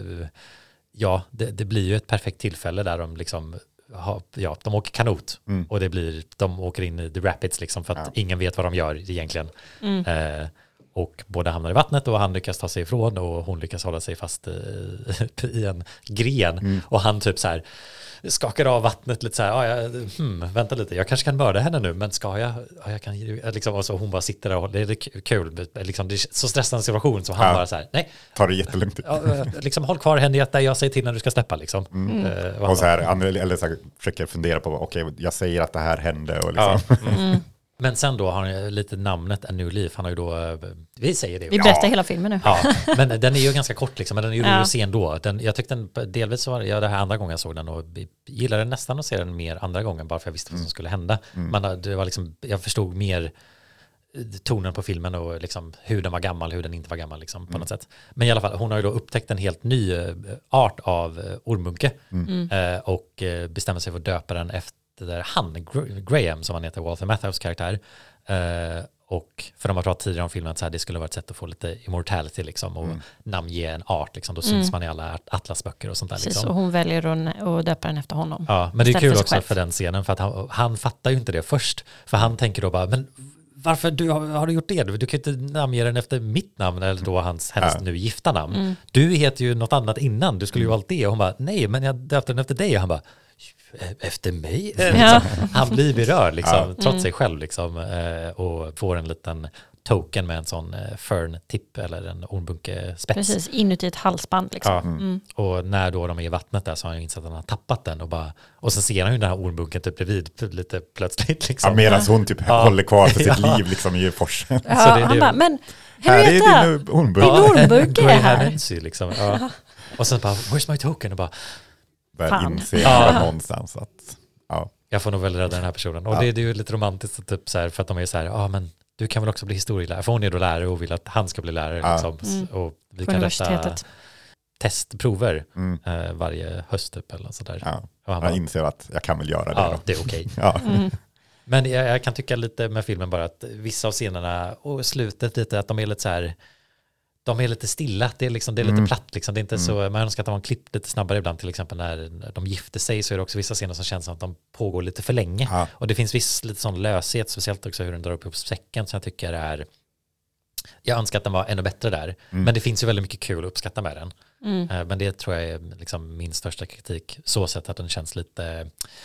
Speaker 4: ja, det, det blir ju ett perfekt tillfälle där de liksom ha, ja, de åker kanot
Speaker 3: Mm.
Speaker 4: och det blir, de åker in i the rapids liksom för att
Speaker 3: Ja.
Speaker 4: ingen vet vad de gör egentligen.
Speaker 2: Mm.
Speaker 4: Eh, och båda hamnar i vattnet och han lyckas ta sig ifrån och hon lyckas hålla sig fast i, i en gren.
Speaker 3: Mm.
Speaker 4: Och han typ så här skakar av vattnet lite så här, ah, ja, hmm, vänta lite, jag kanske kan mörda henne nu, men ska jag? Ah, jag kan, liksom, och så hon bara sitter där och det är kul, liksom, det är så stressande situation så han
Speaker 3: Ja.
Speaker 4: bara så här, nej,
Speaker 3: Ta det jättelugnt.
Speaker 4: ja, liksom, håll kvar henne där jag säger till när du ska släppa liksom.
Speaker 3: Mm.
Speaker 4: Eh, och han
Speaker 3: Och så
Speaker 4: bara,
Speaker 3: här, an- eller så här, försöker fundera på, okej, jag säger att det här hände och liksom.
Speaker 4: ja, mm.
Speaker 2: Mm.
Speaker 4: Men sen då har han ju lite namnet A New Leaf, han har ju då, eh, vi säger det.
Speaker 2: Vi
Speaker 3: Ja.
Speaker 2: berättar hela filmen nu.
Speaker 4: Ja, men den är ju ganska kort liksom, men den är ju
Speaker 2: Ja.
Speaker 4: rolig att se ändå. Den, jag tyckte den, delvis så var jag det här andra gången jag såg den och gillade nästan att se den mer andra gången bara för jag visste vad som skulle hända.
Speaker 3: Mm.
Speaker 4: Men det var liksom, jag förstod mer tonen på filmen och liksom hur den var gammal, hur den inte var gammal liksom, på
Speaker 3: Mm.
Speaker 4: något sätt. Men i alla fall, hon har ju då upptäckt en helt ny eh, art av eh, ormbunke
Speaker 2: Mm.
Speaker 4: eh, och eh, bestämmer sig för att döpa den efter han, Gra- Graham som han heter, Walter Matthau's karaktär. Eh, och för de har pratat tidigare om filmen att så här, det skulle vara ett sätt att få lite immortality liksom, och
Speaker 3: Mm.
Speaker 4: namnge en art, liksom, då
Speaker 2: Mm.
Speaker 4: syns man i alla atlasböcker och sånt där.
Speaker 2: Precis,
Speaker 4: Liksom.
Speaker 2: och hon väljer att, att döpa den efter honom.
Speaker 4: Ja, men det är
Speaker 2: Istället
Speaker 4: kul
Speaker 2: för sig
Speaker 4: också
Speaker 2: själv.
Speaker 4: för den scenen för att han, han fattar ju inte det först. För han tänker då bara, men varför du, har, har du gjort det? Du kan ju inte namnge den efter mitt namn eller då hans, hennes
Speaker 3: Ja.
Speaker 4: nu gifta namn.
Speaker 2: Mm.
Speaker 4: Du heter ju något annat innan, du skulle ju valt det. Och hon bara, nej men jag döpte den efter dig. Och han bara, efter mig?
Speaker 2: Ja.
Speaker 4: Liksom. Han blir berörd liksom,
Speaker 3: Ja.
Speaker 4: trots
Speaker 2: Mm.
Speaker 4: sig själv liksom, eh, och får en liten token med en sån eh, fern-tipp eller en ormbunke-spets.
Speaker 2: Precis, inuti ett halsband liksom.
Speaker 4: Ja.
Speaker 2: Mm.
Speaker 4: Och när då de är i vattnet där så har han insett att han har tappat den och bara, och så ser han ju den här ormbunken typ bredvid lite plötsligt
Speaker 3: Ja,
Speaker 4: liksom.
Speaker 3: medan hon typ
Speaker 4: Ja.
Speaker 3: håller kvar för sitt
Speaker 4: Ja.
Speaker 3: liv liksom i forsen.
Speaker 2: Ja,
Speaker 4: Så det-
Speaker 2: han
Speaker 4: det-
Speaker 2: bara, men
Speaker 3: Här är
Speaker 2: Henrietta,
Speaker 3: din ormbunke.
Speaker 2: Ja. ormbunke är här.
Speaker 4: Graham-Nancy, liksom. Ja. Och sen bara, where's my token? Och bara,
Speaker 3: Börjar
Speaker 2: Fan.
Speaker 3: inse
Speaker 4: Ja.
Speaker 3: någonstans att, ja.
Speaker 4: jag får nog väl rädda den här personen. Och
Speaker 3: Ja.
Speaker 4: det, det är ju lite romantiskt typ så här, för att de är så här, ja ah, men du kan väl också bli historielärare. För hon är då lärare och vill att han ska bli lärare.
Speaker 3: Ja.
Speaker 4: Liksom.
Speaker 2: Mm.
Speaker 4: Och vi
Speaker 2: på
Speaker 4: kan rätta
Speaker 2: universitetet.
Speaker 4: testprover
Speaker 3: Mm.
Speaker 4: eh, varje höst typ eller sådär.
Speaker 3: Ja.
Speaker 4: Och han
Speaker 3: Jag
Speaker 4: bara,
Speaker 3: inser att jag kan väl göra det
Speaker 4: ja,
Speaker 3: då.
Speaker 4: det är okej.
Speaker 3: Ja.
Speaker 2: Mm.
Speaker 4: Men jag, jag kan tycka lite med filmen bara att vissa av scenerna och slutet lite att de är lite så här, de är lite stilla, det är, liksom, det är lite
Speaker 3: Mm.
Speaker 4: platt liksom. Det är inte
Speaker 3: Mm.
Speaker 4: så, man önskar att de var klippt lite snabbare ibland, till exempel när de gifter sig så är det också vissa scener som känns som att de pågår lite för länge.
Speaker 3: Ja.
Speaker 4: Och det finns viss lite sån löshet, speciellt också hur den drar upp upp säcken som jag tycker är, jag önskar att den var ännu bättre där.
Speaker 3: Mm.
Speaker 4: Men det finns ju väldigt mycket kul att uppskatta med den.
Speaker 2: Mm.
Speaker 4: Eh, Men det tror jag är liksom min största kritik. Så sett att den känns lite,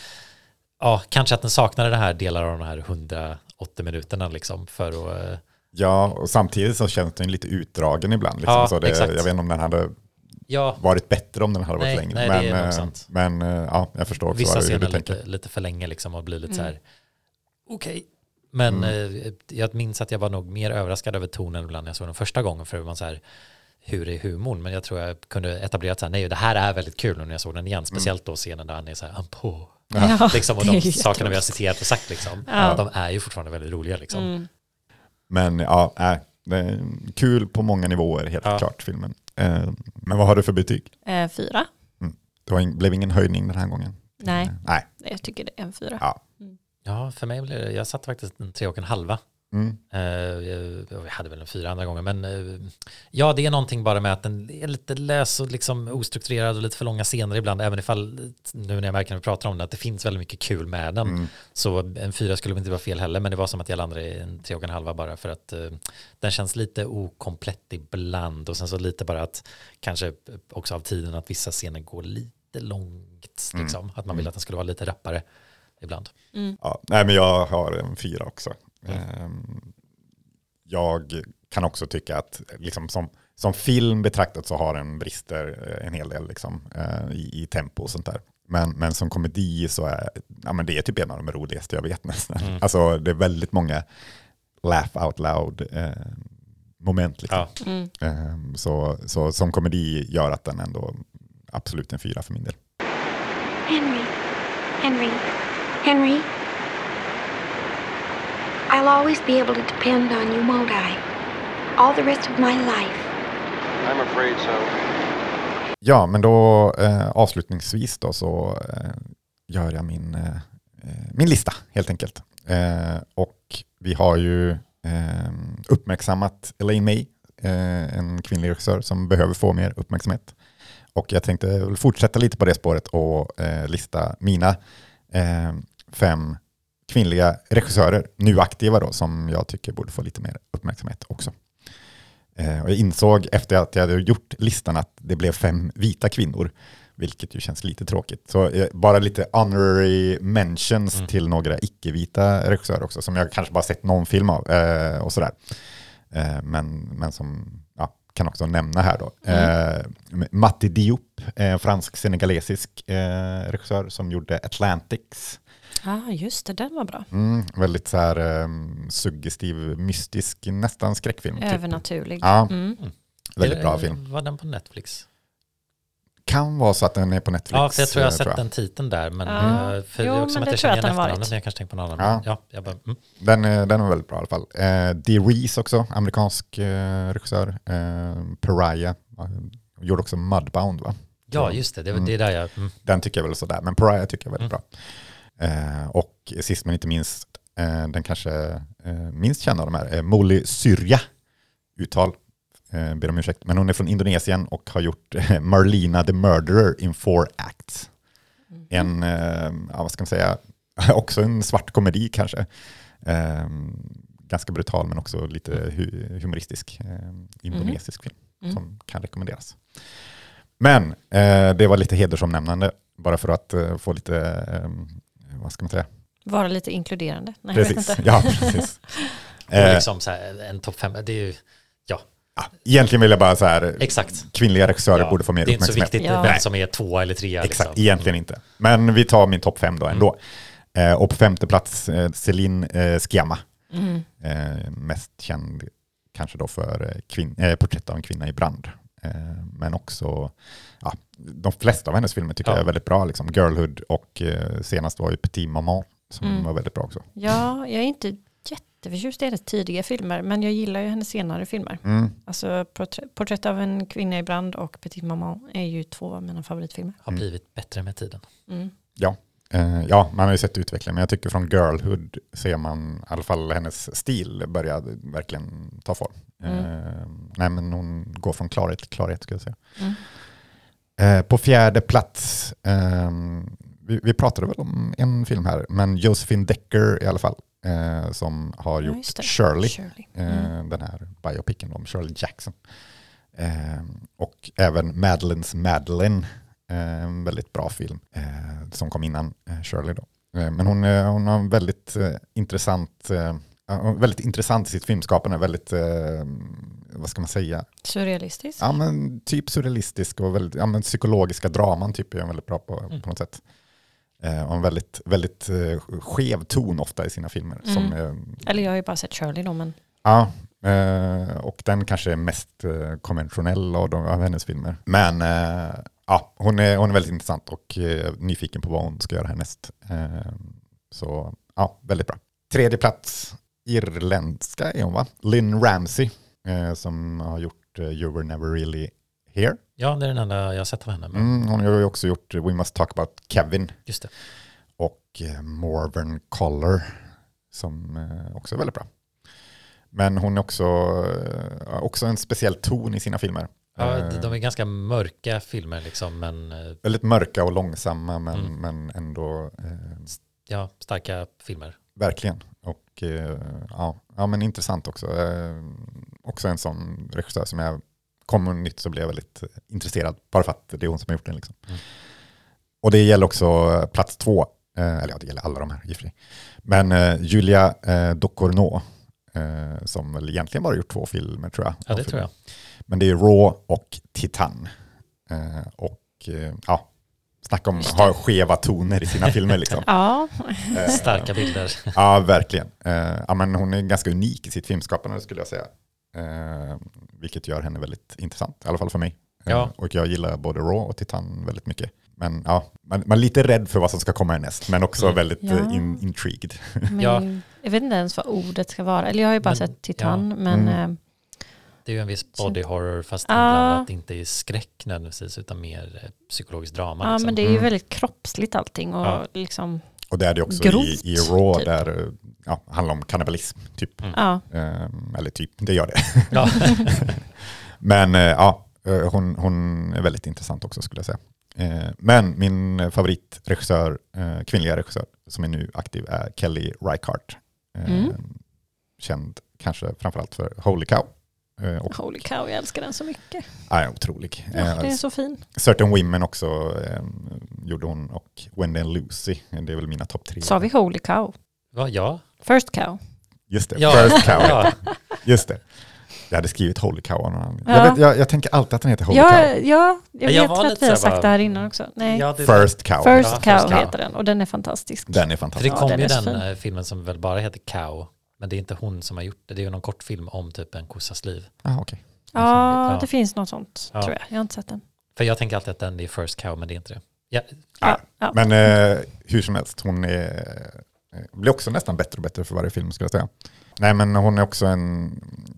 Speaker 4: ja, kanske att den saknar det här delar av de här hundraåttio minuterna liksom för att, eh,
Speaker 3: Ja, och samtidigt så känns den lite utdragen ibland. Liksom.
Speaker 4: Ja,
Speaker 3: så det,
Speaker 4: exakt.
Speaker 3: jag vet inte om den hade
Speaker 4: ja,
Speaker 3: varit bättre om den hade varit
Speaker 4: Nej,
Speaker 3: längre.
Speaker 4: nej, det
Speaker 3: men,
Speaker 4: är nog
Speaker 3: eh,
Speaker 4: sant.
Speaker 3: men eh, ja, jag förstår också
Speaker 4: vissa
Speaker 3: hur
Speaker 4: scener
Speaker 3: du tänker.
Speaker 4: lite, lite för länge liksom och blir lite
Speaker 2: Mm.
Speaker 4: så här, okej. Men
Speaker 3: Mm.
Speaker 4: eh, jag minns att jag var nog mer överraskad över tonen ibland när jag såg den första gången, för det var så här, hur är humorn? Men jag tror jag kunde etablera att så här, nej, det här är väldigt kul när jag såg den igen, speciellt då scenen där han är så här, han på.
Speaker 2: Ja,
Speaker 4: Liksom, och
Speaker 2: det är
Speaker 4: de
Speaker 2: ju
Speaker 4: sakerna vi har
Speaker 2: jätteroligt.
Speaker 4: citerat och sagt liksom,
Speaker 2: Ja.
Speaker 4: de är ju fortfarande väldigt roliga liksom.
Speaker 2: Mm.
Speaker 3: Men ja, äh, det är kul på många nivåer helt
Speaker 4: Ja.
Speaker 3: klart filmen. Eh, men vad har du för betyg?
Speaker 2: Eh, fyra?
Speaker 3: Det var in, blev ingen höjning den här gången?
Speaker 2: Nej,
Speaker 3: Eh, nej.
Speaker 2: jag tycker det är en fyra.
Speaker 3: Ja.
Speaker 4: Ja, för mig blev det, jag satte faktiskt en tre och en halva.
Speaker 3: Mm.
Speaker 4: Uh, vi hade väl en fyra andra gånger, men uh, ja, det är någonting bara med att den är lite lös och liksom ostrukturerad och lite för långa scener ibland, även ifall nu när jag märker när vi pratar om det att det finns väldigt mycket kul med den. Mm. Så en fyra skulle inte vara fel heller, men det var som att jag landade i en tre och en halva bara för att uh, den känns lite okomplett ibland, och sen så lite bara att kanske också av tiden att vissa scener går lite långt, liksom. Mm. Att man vill att den skulle vara lite rappare ibland.
Speaker 2: Mm.
Speaker 3: Ja, nej, men jag har en fyra också.
Speaker 4: Mm.
Speaker 3: Jag kan också tycka att liksom som, som film betraktat så har den brister en hel del liksom, i, i tempo och sånt där. Men, men som komedi så är ja, men det är typ en av de roligaste jag vet nästan. Mm. Alltså det är väldigt många laugh out loud eh, moment. Liksom.
Speaker 4: Ja.
Speaker 2: Mm.
Speaker 3: Eh, så, så som komedi gör att den ändå absolut en fyra för min del.
Speaker 7: Henry, Henry, Henry. I'll always be able to depend on you, won't I? All the rest of my life.
Speaker 6: I'm afraid so.
Speaker 3: Ja, men då eh, avslutningsvis då så eh, gör jag min, eh, min lista helt enkelt. Eh, och vi har ju eh, uppmärksammat Elaine May, eh, en kvinnlig regissör som behöver få mer uppmärksamhet. Och jag tänkte fortsätta lite på det spåret och eh, lista mina eh, fem kvinnliga regissörer, nu aktiva då, som jag tycker borde få lite mer uppmärksamhet också. Eh, och jag insåg efter att jag hade gjort listan att det blev fem vita kvinnor, vilket ju känns lite tråkigt. Så eh, bara lite honorary mentions mm. till några icke-vita regissörer också, som jag kanske bara sett någon film av eh, och sådär. Eh, men, men som ja, kan också nämna här då. Mm. Eh, Mati Diop, eh, fransk-senegalesisk eh, regissör som gjorde Atlantics.
Speaker 2: Ja, ah, just det, den var bra.
Speaker 3: Mm, väldigt så här um, suggestiv, mystisk, nästan skräckfilm.
Speaker 2: Övernaturlig.
Speaker 3: Typ. Ja,
Speaker 2: mm.
Speaker 3: väldigt bra film.
Speaker 4: Var den på Netflix?
Speaker 3: Kan vara så att den är på Netflix.
Speaker 4: Ja, för jag tror jag har sett den titeln där. Men,
Speaker 2: ja.
Speaker 4: för
Speaker 2: jo,
Speaker 4: det är också
Speaker 2: men
Speaker 4: att
Speaker 2: det
Speaker 4: jag
Speaker 2: tror jag
Speaker 4: känner
Speaker 2: att den har
Speaker 4: efter
Speaker 2: varit.
Speaker 4: men jag kanske tänker på någon
Speaker 3: Ja.
Speaker 4: annan. Ja, jag bara, mm.
Speaker 3: den, är, den är väldigt bra i alla fall. Eh, Dee Reese också, amerikansk eh, regissör. Eh, Pariah. Gjorde också Mudbound, va?
Speaker 4: Ja, just det. Det, mm. det är där jag... Mm.
Speaker 3: Den tycker jag väl sådär. Men Pariah tycker jag är väldigt mm. bra. Eh, och sist men inte minst, eh, den kanske eh, minst kända av de här, eh, Molly Syrja, uttal, eh, ber om ursäkt, men hon är från Indonesien och har gjort eh, Marlena the Murderer in four acts. Mm. En, eh, ja, vad ska man säga, också en svart komedi kanske. Eh, ganska brutal men också lite hu- humoristisk eh, indonesisk mm. film mm. som kan rekommenderas. Men eh, det var lite hedersomnämnande bara för att eh, få lite eh, vad ska man säga?
Speaker 2: Vara lite inkluderande. Nej,
Speaker 3: precis.
Speaker 2: Jag vet inte.
Speaker 3: Ja, precis.
Speaker 4: Och liksom så här, en topp fem, det är ju, ja.
Speaker 3: ja. Egentligen vill jag bara så här,
Speaker 4: exakt.
Speaker 3: Kvinnliga regissörer
Speaker 4: ja,
Speaker 3: borde få mer uppmärksamhet.
Speaker 4: Det är inte så viktigt
Speaker 2: ja.
Speaker 4: vem som är två eller tre.
Speaker 3: Exakt,
Speaker 4: liksom.
Speaker 3: egentligen inte. Men vi tar min topp fem då ändå. Mm. Eh, och på femte plats eh, Celine eh, Sciamma. Mm. Eh, mest känd kanske då för kvin- eh, Porträtt av en kvinna i brand. Eh, men också ja, de flesta av hennes filmer tycker ja. jag är väldigt bra. Liksom. Girlhood och eh, senast var ju Petit Maman som mm. var väldigt bra också.
Speaker 2: Ja, jag är inte jätteförtjust i hennes tidiga filmer, men jag gillar ju hennes senare filmer. Mm. Alltså Porträtt, Porträtt av en kvinna i brand och Petit Maman är ju två av mina favoritfilmer.
Speaker 4: Har blivit bättre med tiden.
Speaker 2: Mm.
Speaker 3: Ja. Eh, ja, man har ju sett utvecklingen, men jag tycker från Girlhood ser man i alla fall hennes stil börjar verkligen ta form. Mm. Eh, nej, men hon går från klarhet till klarhet, skulle jag säga. Mm. Eh, på fjärde plats, eh, vi, vi pratade väl om en film här, men Josephine Decker i alla fall, eh, som har
Speaker 2: ja,
Speaker 3: gjort Shirley,
Speaker 2: Shirley.
Speaker 3: Mm. Eh, den här biopicen om Shirley Jackson. Eh, och även Madeleines Madeline, en väldigt bra film eh, som kom innan eh, Shirley då. Eh, men hon, eh, hon har väldigt eh, intressant eh, väldigt intressant i sitt filmskapande, väldigt eh, vad ska man säga?
Speaker 2: Surrealistisk?
Speaker 3: Ja, men typ surrealistisk och väldigt, ja, men psykologiska draman typ är hon väldigt bra på, mm. på något sätt. Eh, och en väldigt, väldigt eh, skev ton ofta i sina filmer. Mm. Som, eh,
Speaker 2: Eller jag har ju bara sett Shirley då, men...
Speaker 3: Ja, eh, och den kanske är mest eh, konventionell av, de, av hennes filmer. Men eh, ja, hon är, hon är väldigt intressant och eh, nyfiken på vad hon ska göra härnäst. Eh, så ja, väldigt bra. Tredje plats, irländska är hon va? Lynn Ramsey, eh, som har gjort eh, You Were Never Really Here.
Speaker 4: Ja, det är den enda jag har sett av henne. Men...
Speaker 3: Mm, hon har ju också gjort We Must Talk About Kevin.
Speaker 4: Just det.
Speaker 3: Och eh, Morven Collar, som eh, också är väldigt bra. Men hon är också, eh, också en speciell ton i sina filmer.
Speaker 4: Ja,
Speaker 3: Eh,
Speaker 4: de är ganska mörka filmer liksom, men eh,
Speaker 3: väldigt mörka och långsamma, men,
Speaker 4: Mm.
Speaker 3: men ändå eh,
Speaker 4: ja, starka filmer.
Speaker 3: verkligen. Och eh, ja, ja, men intressant också. Eh, också en sån regissör som jag kommer nytt så blir jag väldigt intresserad, bara för att det är hon som har gjort den. Liksom.
Speaker 4: Mm.
Speaker 3: Och det gäller också plats två, eh, eller ja, det gäller alla de här i och för sig. Men eh, Julia eh, Ducournau, eh, som väl egentligen bara gjort två filmer tror jag.
Speaker 4: Ja, det tror jag.
Speaker 3: Men det är Raw och Titan. Eh, och eh, ja, snacka om att ha skeva toner i sina filmer liksom.
Speaker 2: Ja,
Speaker 3: Eh,
Speaker 4: Starka bilder.
Speaker 3: Ja, verkligen. Eh, ja, men hon är ganska unik i sitt filmskapande skulle jag säga. Eh, vilket gör henne väldigt intressant, i alla fall för mig. Eh,
Speaker 4: Ja.
Speaker 3: och jag gillar både Raw och Titan väldigt mycket. Men ja, man, man är lite rädd för vad som ska komma härnäst, men också
Speaker 4: Mm.
Speaker 3: väldigt
Speaker 2: Ja.
Speaker 3: eh, in, intrigued.
Speaker 2: men
Speaker 4: Ja.
Speaker 2: jag vet inte ens vad ordet ska vara. Eller jag har ju bara
Speaker 4: Men-
Speaker 2: sett Titan,
Speaker 4: ja.
Speaker 2: men
Speaker 3: Mm.
Speaker 2: eh,
Speaker 4: Det är ju en viss body horror fast
Speaker 2: Ja.
Speaker 4: inblandat inte i skräck nödvändigtvis utan mer eh, psykologiskt drama.
Speaker 2: ja,
Speaker 4: liksom.
Speaker 2: men det är ju
Speaker 3: Mm.
Speaker 2: väldigt kroppsligt allting. Och
Speaker 4: Ja.
Speaker 2: liksom,
Speaker 3: Och det är det också
Speaker 2: Grovt,
Speaker 3: i, i Raw
Speaker 2: typ.
Speaker 3: där eh, ja, handlar om kannibalism, typ.
Speaker 4: Mm.
Speaker 2: ja.
Speaker 3: Eh, eller typ, det gör det.
Speaker 4: Ja.
Speaker 3: Men eh, ja, eh, hon, hon är väldigt intressant också skulle jag säga. Eh, men min favoritregissör, eh, kvinnliga regissör som är nu aktiv är Kelly Reichardt. Eh,
Speaker 2: Mm.
Speaker 3: Känd kanske framförallt för Holy Cow. Eh, och
Speaker 2: Holy cow, jag älskar den så mycket.
Speaker 3: är otrolig.
Speaker 2: Ja,
Speaker 3: Eh,
Speaker 2: det är så fin.
Speaker 3: Certain Women också eh, gjorde hon, och Wendy and Lucy. Det är väl mina topp tre.
Speaker 2: Sa vi holy cow?
Speaker 4: Va, ja.
Speaker 2: First cow.
Speaker 3: Just det,
Speaker 4: Ja.
Speaker 3: First Cow.
Speaker 4: Ja.
Speaker 3: Just det. Jag hade skrivit Holy Cow. Jag,
Speaker 2: Ja.
Speaker 3: vet, jag, jag tänker alltid att den heter Holy
Speaker 2: Ja,
Speaker 3: Cow.
Speaker 2: ja, jag
Speaker 4: Jag
Speaker 2: vet
Speaker 4: var
Speaker 2: att
Speaker 4: lite
Speaker 2: vi har
Speaker 4: så här
Speaker 2: sagt
Speaker 4: bara-
Speaker 2: det här innan också. Nej.
Speaker 4: Ja, det,
Speaker 3: First Cow.
Speaker 2: First
Speaker 4: Ja,
Speaker 2: cow
Speaker 4: First Cow.
Speaker 2: heter den och den är fantastisk.
Speaker 3: Den är
Speaker 4: För
Speaker 3: fantastisk.
Speaker 4: det
Speaker 2: Ja,
Speaker 4: kom
Speaker 2: den
Speaker 4: ju
Speaker 2: är så
Speaker 4: den
Speaker 2: fin.
Speaker 4: eh, filmen som väl bara heter Cow. Men det är inte hon som har gjort det. Det är ju någon kortfilm om typ en kossas liv.
Speaker 3: Ah, okay.
Speaker 2: Ja,
Speaker 4: Ja.
Speaker 2: det finns något sånt
Speaker 4: Ja.
Speaker 2: tror jag. Jag har inte sett den.
Speaker 4: För jag tänker alltid att den är First Cow, men det är inte det. Ja,
Speaker 2: Ja, ja.
Speaker 3: Men eh, hur som helst, hon är, eh, blir också nästan bättre och bättre för varje film skulle jag säga. Nej, men hon är också en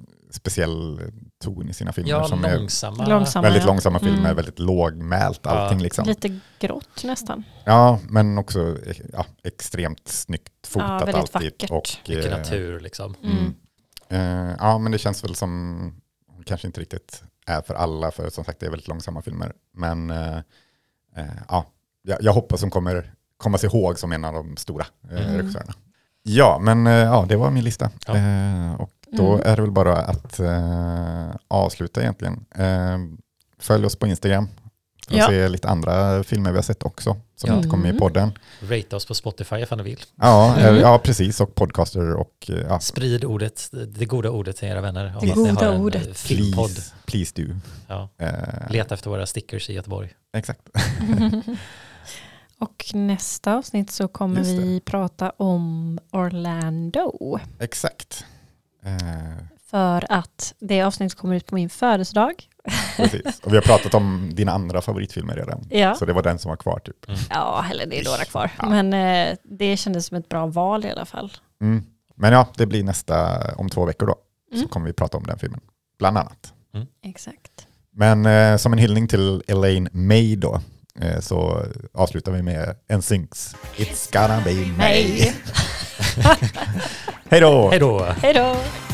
Speaker 3: speciell ton i sina filmer
Speaker 4: ja
Speaker 3: som
Speaker 4: långsamma.
Speaker 3: är
Speaker 2: Långsamma,
Speaker 3: väldigt
Speaker 2: ja.
Speaker 3: långsamma filmer,
Speaker 2: Mm.
Speaker 3: väldigt lågmält allting
Speaker 4: Ja.
Speaker 3: liksom.
Speaker 2: Lite grått nästan.
Speaker 3: Ja, men också ja, extremt snyggt fotat
Speaker 2: Ja, väldigt
Speaker 3: alltid.
Speaker 2: vackert.
Speaker 3: Och,
Speaker 4: Mycket
Speaker 3: eh,
Speaker 4: natur liksom.
Speaker 2: Mm.
Speaker 3: Eh, ja, men det känns väl som hon kanske inte riktigt är för alla, för som sagt det är väldigt långsamma filmer. Men eh, eh, ja, jag, jag hoppas hon kommer komma sig ihåg som en av de stora eh,
Speaker 2: Mm.
Speaker 3: regissörerna. Ja, men eh, ja, det var min lista.
Speaker 4: Ja.
Speaker 3: Eh, och då
Speaker 2: Mm.
Speaker 3: är det väl bara att eh, avsluta egentligen. Eh, följ oss på Instagram för att
Speaker 2: Ja.
Speaker 3: se lite andra filmer vi har sett också som
Speaker 4: Ja.
Speaker 3: inte kommer med i
Speaker 2: Mm.
Speaker 3: podden.
Speaker 4: Rate oss på Spotify ifall ni vill.
Speaker 3: Ja, eh,
Speaker 2: Mm.
Speaker 3: ja, precis. Och podcaster och eh, ja,
Speaker 4: Sprid ordet, det goda ordet till era vänner. Om
Speaker 2: Det
Speaker 4: att ni
Speaker 2: goda
Speaker 4: har en
Speaker 2: ordet.
Speaker 4: eh, filmpodd.
Speaker 3: please, please do.
Speaker 4: Ja.
Speaker 3: Eh,
Speaker 4: Leta efter våra stickers i Göteborg.
Speaker 3: Exakt.
Speaker 2: Och nästa avsnitt så kommer
Speaker 3: Just det.
Speaker 2: vi prata om Orlando.
Speaker 3: Exakt. Eh,
Speaker 2: För att det avsnittet kommer ut på min födelsedag.
Speaker 3: precis. Och vi har pratat om dina andra favoritfilmer redan.
Speaker 2: Ja,
Speaker 3: Så det var den som var kvar typ.
Speaker 2: ja eller det är några kvar.
Speaker 3: Ja.
Speaker 2: Men eh, det kändes som ett bra val i alla fall.
Speaker 3: Mm. Men ja, det blir nästa om två veckor då. Så
Speaker 2: Mm.
Speaker 3: kommer vi prata om den filmen. Bland annat.
Speaker 2: Exakt.
Speaker 3: Men eh, som en hyllning till Elaine May då. Eh, så avslutar vi med N Syncs It's gonna be May.
Speaker 2: Hej!
Speaker 3: Hej då!
Speaker 4: Hej då!
Speaker 2: Hej då!